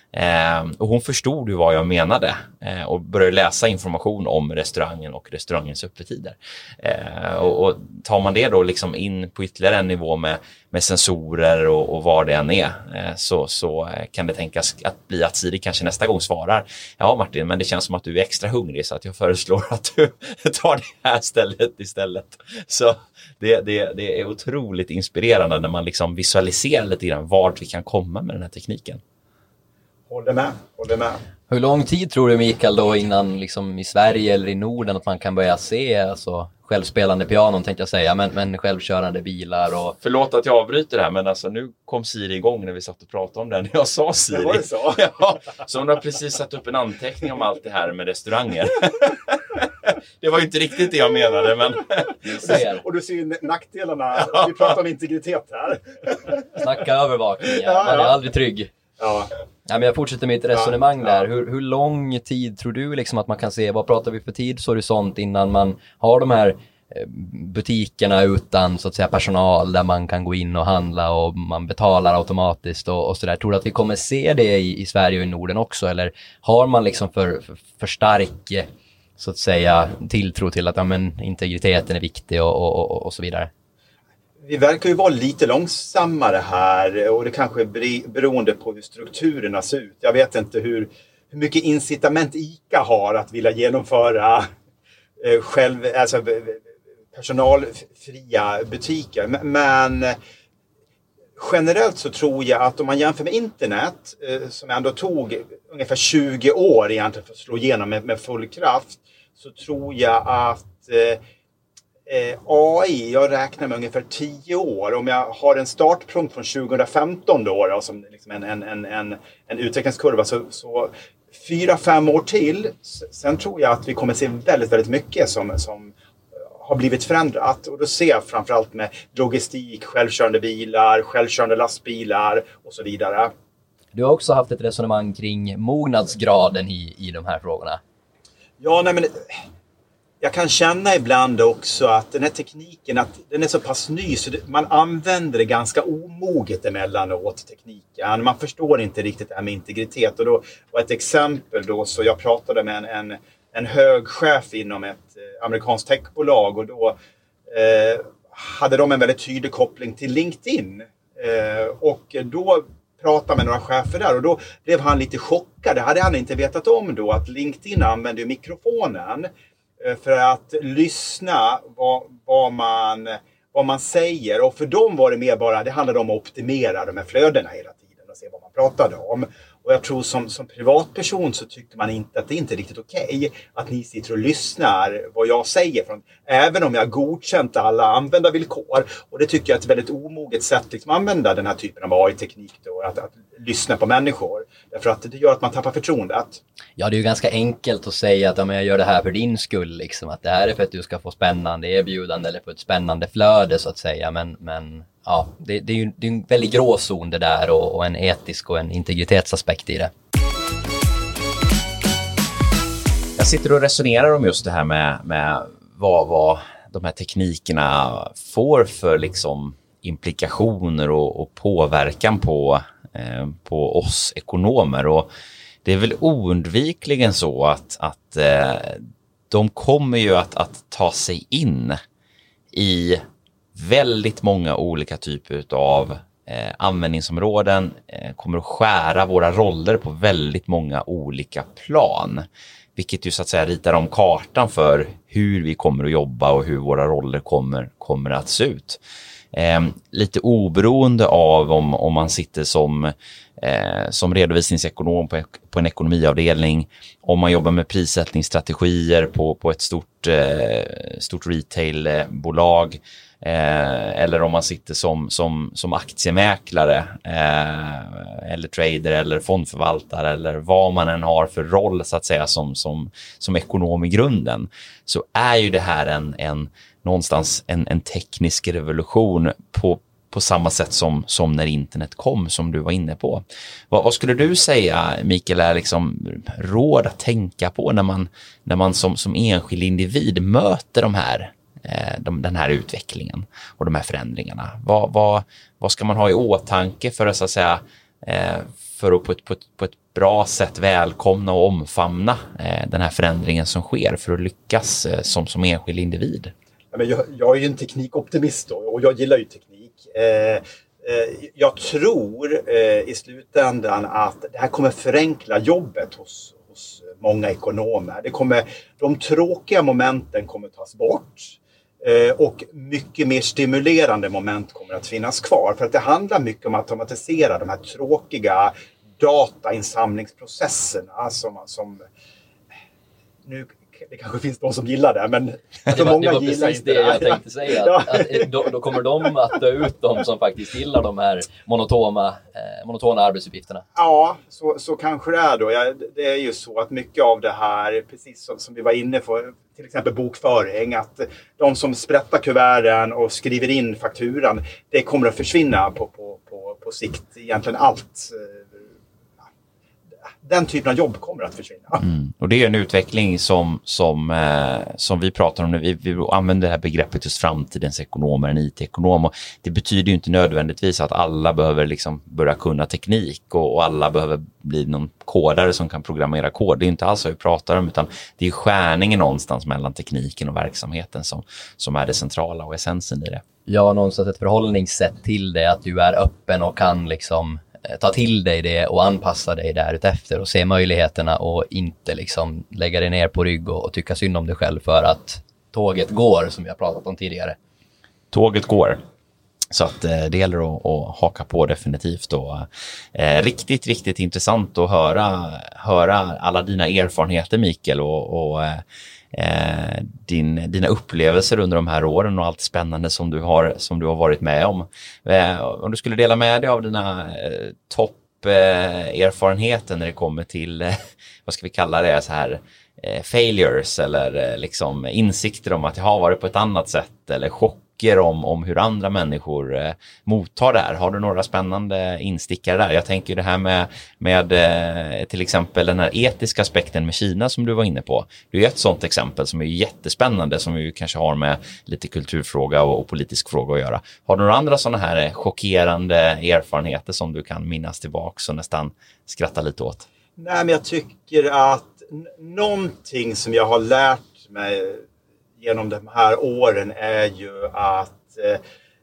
Eh, och hon förstod ju vad jag menade eh, och började läsa information om restaurangen och restaurangens öppettider. Eh, och, och tar man det då liksom in på ytterligare en nivå med, med sensorer och, och vad det än är, eh, så, så kan det tänkas att bli att Siri kanske nästa gång svarar, ja Martin, men det känns som att du är extra hungrig så att jag föreslår att du tar det här stället istället. Så det, det, det är otroligt inspirerande när man liksom visualiserar lite grann vart vi kan komma med den här tekniken. Håller med, håller med. Hur lång tid tror du, Mikael, då innan liksom i Sverige eller i Norden att man kan börja se alltså, självspelande pianon tänkte jag säga, men, men självkörande bilar och... Förlåt att jag avbryter det här, men alltså nu kom Siri igång när vi satt och pratade om den. Jag sa Siri. Det var det så. Ja, så hon har precis satt upp en anteckning om allt det här med restauranger. Det var ju inte riktigt det jag menade, men... Ser. Och du ser ju nackdelarna. Vi pratar om integritet här. Snacka övervakning, ja. Man är aldrig trygg. Ja. Ja, men jag fortsätter med ett resonemang ja, ja. där. Hur, hur lång tid tror du liksom att man kan se, vad pratar vi för tidshorisont innan man har de här butikerna utan så att säga personal där man kan gå in och handla och man betalar automatiskt och, och sådär. Tror du att vi kommer se det i, i Sverige och i Norden också, eller har man liksom för, för, för stark så att säga tilltro till att ja, men, integriteten är viktig och, och, och, och så vidare? Vi verkar ju vara lite långsammare här och det kanske är beroende på hur strukturerna ser ut. Jag vet inte hur, hur mycket incitament ICA har att vilja genomföra eh, själv, alltså, personalfria butiker. Men generellt så tror jag att om man jämför med internet eh, som ändå tog ungefär tjugo år egentligen för att slå igenom med, med full kraft, så tror jag att eh, Eh, A I, jag räknar med ungefär tio år. Om jag har en startpunkt från tjugohundrafemton då, då som liksom en, en, en, en, en utvecklingskurva, så, så fyra, fem år till. Sen tror jag att vi kommer se väldigt, väldigt mycket som, som har blivit förändrat. Och då ser jag framförallt med logistik, självkörande bilar, självkörande lastbilar och så vidare. Du har också haft ett resonemang kring mognadsgraden i, i de här frågorna. Ja, nej men... Jag kan känna ibland också att den här tekniken, att den är så pass ny så det, man använder det ganska omoget emellanåt, tekniken. Man förstår inte riktigt det här med integritet. Och då var ett exempel då, så jag pratade med en, en, en hög chef inom ett eh, amerikanskt techbolag och då eh, hade de en väldigt tydlig koppling till LinkedIn. Eh, och då pratade med några chefer där och då blev han lite chockad. Det hade han inte vetat om då, att LinkedIn använder mikrofonen för att lyssna vad, vad, man, vad man säger. Och för dem var det mer bara, det handlade om att optimera de här flödena hela tiden och se vad man pratade om. Och jag tror som, som privatperson så tycker man inte att det inte är riktigt okej okay att ni sitter och lyssnar vad jag säger. Från, även om jag har godkänt alla användarvillkor. Och det tycker jag är ett väldigt omoget sätt liksom, att använda den här typen av A I-teknik. Då, att, att lyssna på människor. Därför att det gör att man tappar förtroendet. Ja, det är ju ganska enkelt att säga att ja, men jag gör det här för din skull. Liksom, att det här är för att du ska få spännande erbjudande eller få ett spännande flöde så att säga. Men, men ja, det, det är ju det är en väldigt gråzon det där och, och en etisk och en integritetsaspekt i det. Jag sitter och resonerar om just det här med, med vad, vad de här teknikerna får för liksom implikationer och, och påverkan på, eh, på oss ekonomer. Och det är väl oundvikligen så att, att eh, de kommer ju att, att ta sig in i väldigt många olika typer av eh, användningsområden, eh, kommer att skära våra roller på väldigt många olika plan. Vilket ju så att säga ritar om kartan för hur vi kommer att jobba och hur våra roller kommer, kommer att se ut. Eh, lite oberoende av om, om man sitter som, eh, som redovisningsekonom på, på en ekonomiavdelning, om man jobbar med prissättningsstrategier på, på ett stort, eh, stort retailbolag, eh, eller om man sitter som, som, som aktiemäklare eh, eller trader eller fondförvaltare eller vad man än har för roll så att säga som, som, som ekonom i grunden, så är ju det här en, en någonstans en, en teknisk revolution på, på samma sätt som, som när internet kom, som du var inne på. Vad, vad skulle du säga, Mikael, är liksom råd att tänka på när man, när man som, som enskild individ möter de här, eh, de, den här utvecklingen och de här förändringarna? Vad, vad, vad ska man ha i åtanke för att, så att säga, eh, för att på ett, på, ett, på ett bra sätt välkomna och omfamna eh, den här förändringen som sker för att lyckas eh, som, som enskild individ? Jag, jag är ju en teknikoptimist då, och jag gillar ju teknik. Eh, eh, jag tror eh, i slutändan att det här kommer förenkla jobbet hos, hos många ekonomer. Det kommer, de tråkiga momenten kommer tas bort eh, och mycket mer stimulerande moment kommer att finnas kvar. För att det handlar mycket om att automatisera de här tråkiga datainsamlingsprocesserna som, som nu det kanske finns de som gillar det, men det var, många det var precis det, det jag tänkte säga. Ja. Att, att, då, då kommer de att dö ut de som faktiskt gillar de här monotona, eh, monotona arbetsuppgifterna. Ja, så, så kanske det är då. Ja, det är ju så att mycket av det här, precis som, som vi var inne på, till exempel bokföring, att de som sprättar kuverten och skriver in fakturan, det kommer att försvinna på, på, på, på sikt. Egentligen allt. Den typen av jobb kommer att försvinna. Mm. Och det är en utveckling som, som, eh, som vi pratar om nu. Vi, vi använder det här begreppet just framtidens ekonomer, en I T-ekonom. Och det betyder ju inte nödvändigtvis att alla behöver liksom börja kunna teknik och, och alla behöver bli någon kodare som kan programmera kod. Det är inte alls vad vi pratar om, utan det är skärningen någonstans mellan tekniken och verksamheten som, som är det centrala och essensen i det. Ja, någonstans ett förhållningssätt till det, att du är öppen och kan liksom ta till dig det och anpassa dig därefter och se möjligheterna och inte liksom lägga dig ner på rygg och, och tycka synd om dig själv för att tåget går, som vi har pratat om tidigare. Tåget går. Så att eh, det gäller att, att haka på definitivt. Och, eh, riktigt, riktigt intressant att höra, höra alla dina erfarenheter, Mikael, och, och eh, din, dina upplevelser under de här åren och allt spännande som du har, som du har varit med om. Eh, om du skulle dela med dig av dina eh, topp-erfarenheter eh, när det kommer till, eh, vad ska vi kalla det, så här eh, failures eller eh, liksom insikter om att jag har varit på ett annat sätt eller chock om, om hur andra människor eh, mottar det här. Har du några spännande instickare där? Jag tänker det här med, med eh, till exempel den här etiska aspekten med Kina som du var inne på. Det är ett sånt exempel som är jättespännande, som vi kanske har med lite kulturfråga och, och politisk fråga att göra. Har du några andra sådana här chockerande erfarenheter som du kan minnas tillbaka och nästan skratta lite åt? Nej, men jag tycker att n- någonting som jag har lärt mig genom de här åren är ju att eh,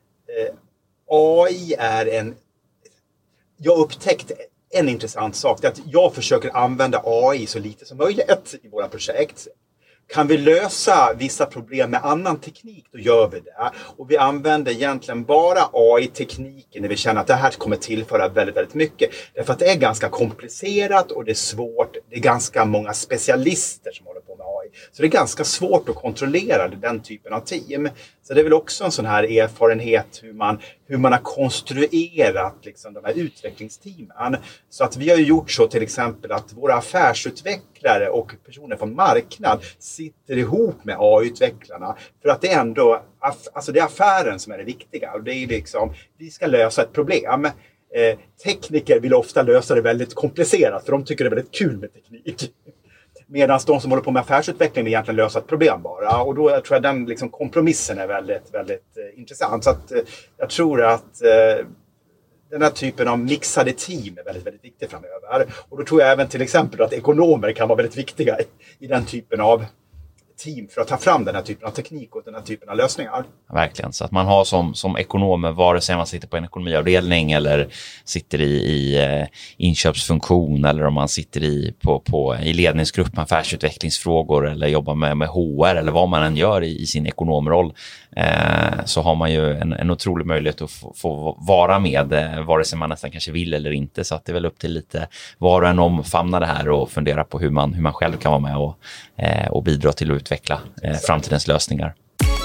A I är en... Jag upptäckte en intressant sak. Det är att jag försöker använda A I så lite som möjligt i våra projekt. Kan vi lösa vissa problem med annan teknik, då gör vi det. Och vi använder egentligen bara A I-tekniken när vi känner att det här kommer tillföra väldigt, väldigt mycket. Därför att det är ganska komplicerat och det är svårt. Det är ganska många specialister som håller på med A I. Så det är ganska svårt att kontrollera den typen av team. Så det är väl också en sån här erfarenhet hur man, hur man har konstruerat liksom, de här utvecklingsteamen. Så att vi har ju gjort så till exempel att våra affärsutvecklare och personer från marknad sitter ihop med A I-utvecklarna. För att det är ändå alltså det är affären som är det viktiga. Och det är liksom, vi ska lösa ett problem. Eh, tekniker vill ofta lösa det väldigt komplicerat för de tycker det är väldigt kul med teknik. Medan de som håller på med affärsutveckling egentligen löser ett problem bara. Och då tror jag den liksom, kompromissen är väldigt, väldigt eh, intressant. Så att, eh, jag tror att eh, den här typen av mixade team är väldigt, väldigt viktig framöver. Och då tror jag även till exempel att ekonomer kan vara väldigt viktiga i, i den typen av team för att ta fram den här typen av teknik och den här typen av lösningar. Verkligen, så att man har som, som ekonomer, vare sig man sitter på en ekonomiavdelning eller sitter i, i eh, inköpsfunktion eller om man sitter i, på, på, i ledningsgrupp med affärsutvecklingsfrågor eller jobbar med, med H R eller vad man än gör i, i sin ekonomroll, eh, så har man ju en, en otrolig möjlighet att få, få vara med, eh, vare sig man nästan kanske vill eller inte. Så att det är väl upp till lite var och en omfamna det här och fundera på hur man, hur man själv kan vara med och, eh, och bidra till att utveckla eh, framtidens lösningar.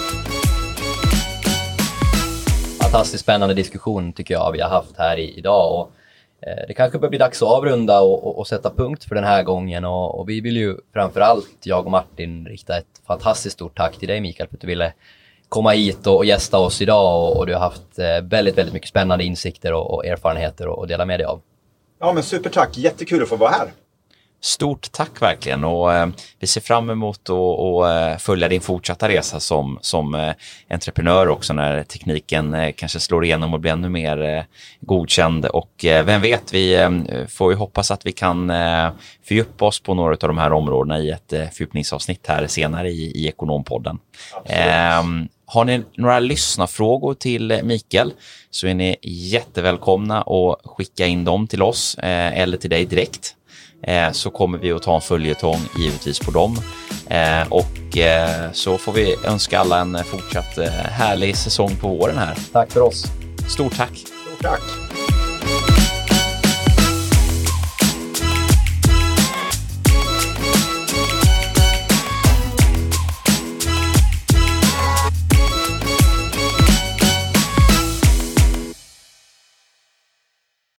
Fantastiskt spännande diskussion tycker jag vi har haft här i, idag och eh, det kanske börjar bli dags att avrunda och, och, och sätta punkt för den här gången och, och vi vill ju framförallt, jag och Martin, rikta ett fantastiskt stort tack till dig Mikael för att du ville komma hit och, och gästa oss idag och, och du har haft eh, väldigt, väldigt mycket spännande insikter och, och erfarenheter att dela med dig av. Ja men supertack, jättekul att få vara här. Stort tack verkligen och eh, vi ser fram emot att eh, följa din fortsatta resa som, som eh, entreprenör också när tekniken eh, kanske slår igenom och blir ännu mer eh, godkänd och eh, vem vet, vi eh, får ju hoppas att vi kan eh, fördjupa oss på några av de här områdena i ett eh, fördjupningsavsnitt här senare i, i Ekonompodden. Eh, har ni några lyssnarfrågor till Mikael så är ni jättevälkomna att skicka in dem till oss eh, eller till dig direkt. Eh, så kommer vi att ta en följetong givetvis på dem eh, och eh, så får vi önska alla en fortsatt eh, härlig säsong på våren här. Tack för oss. Stort tack. Stort tack.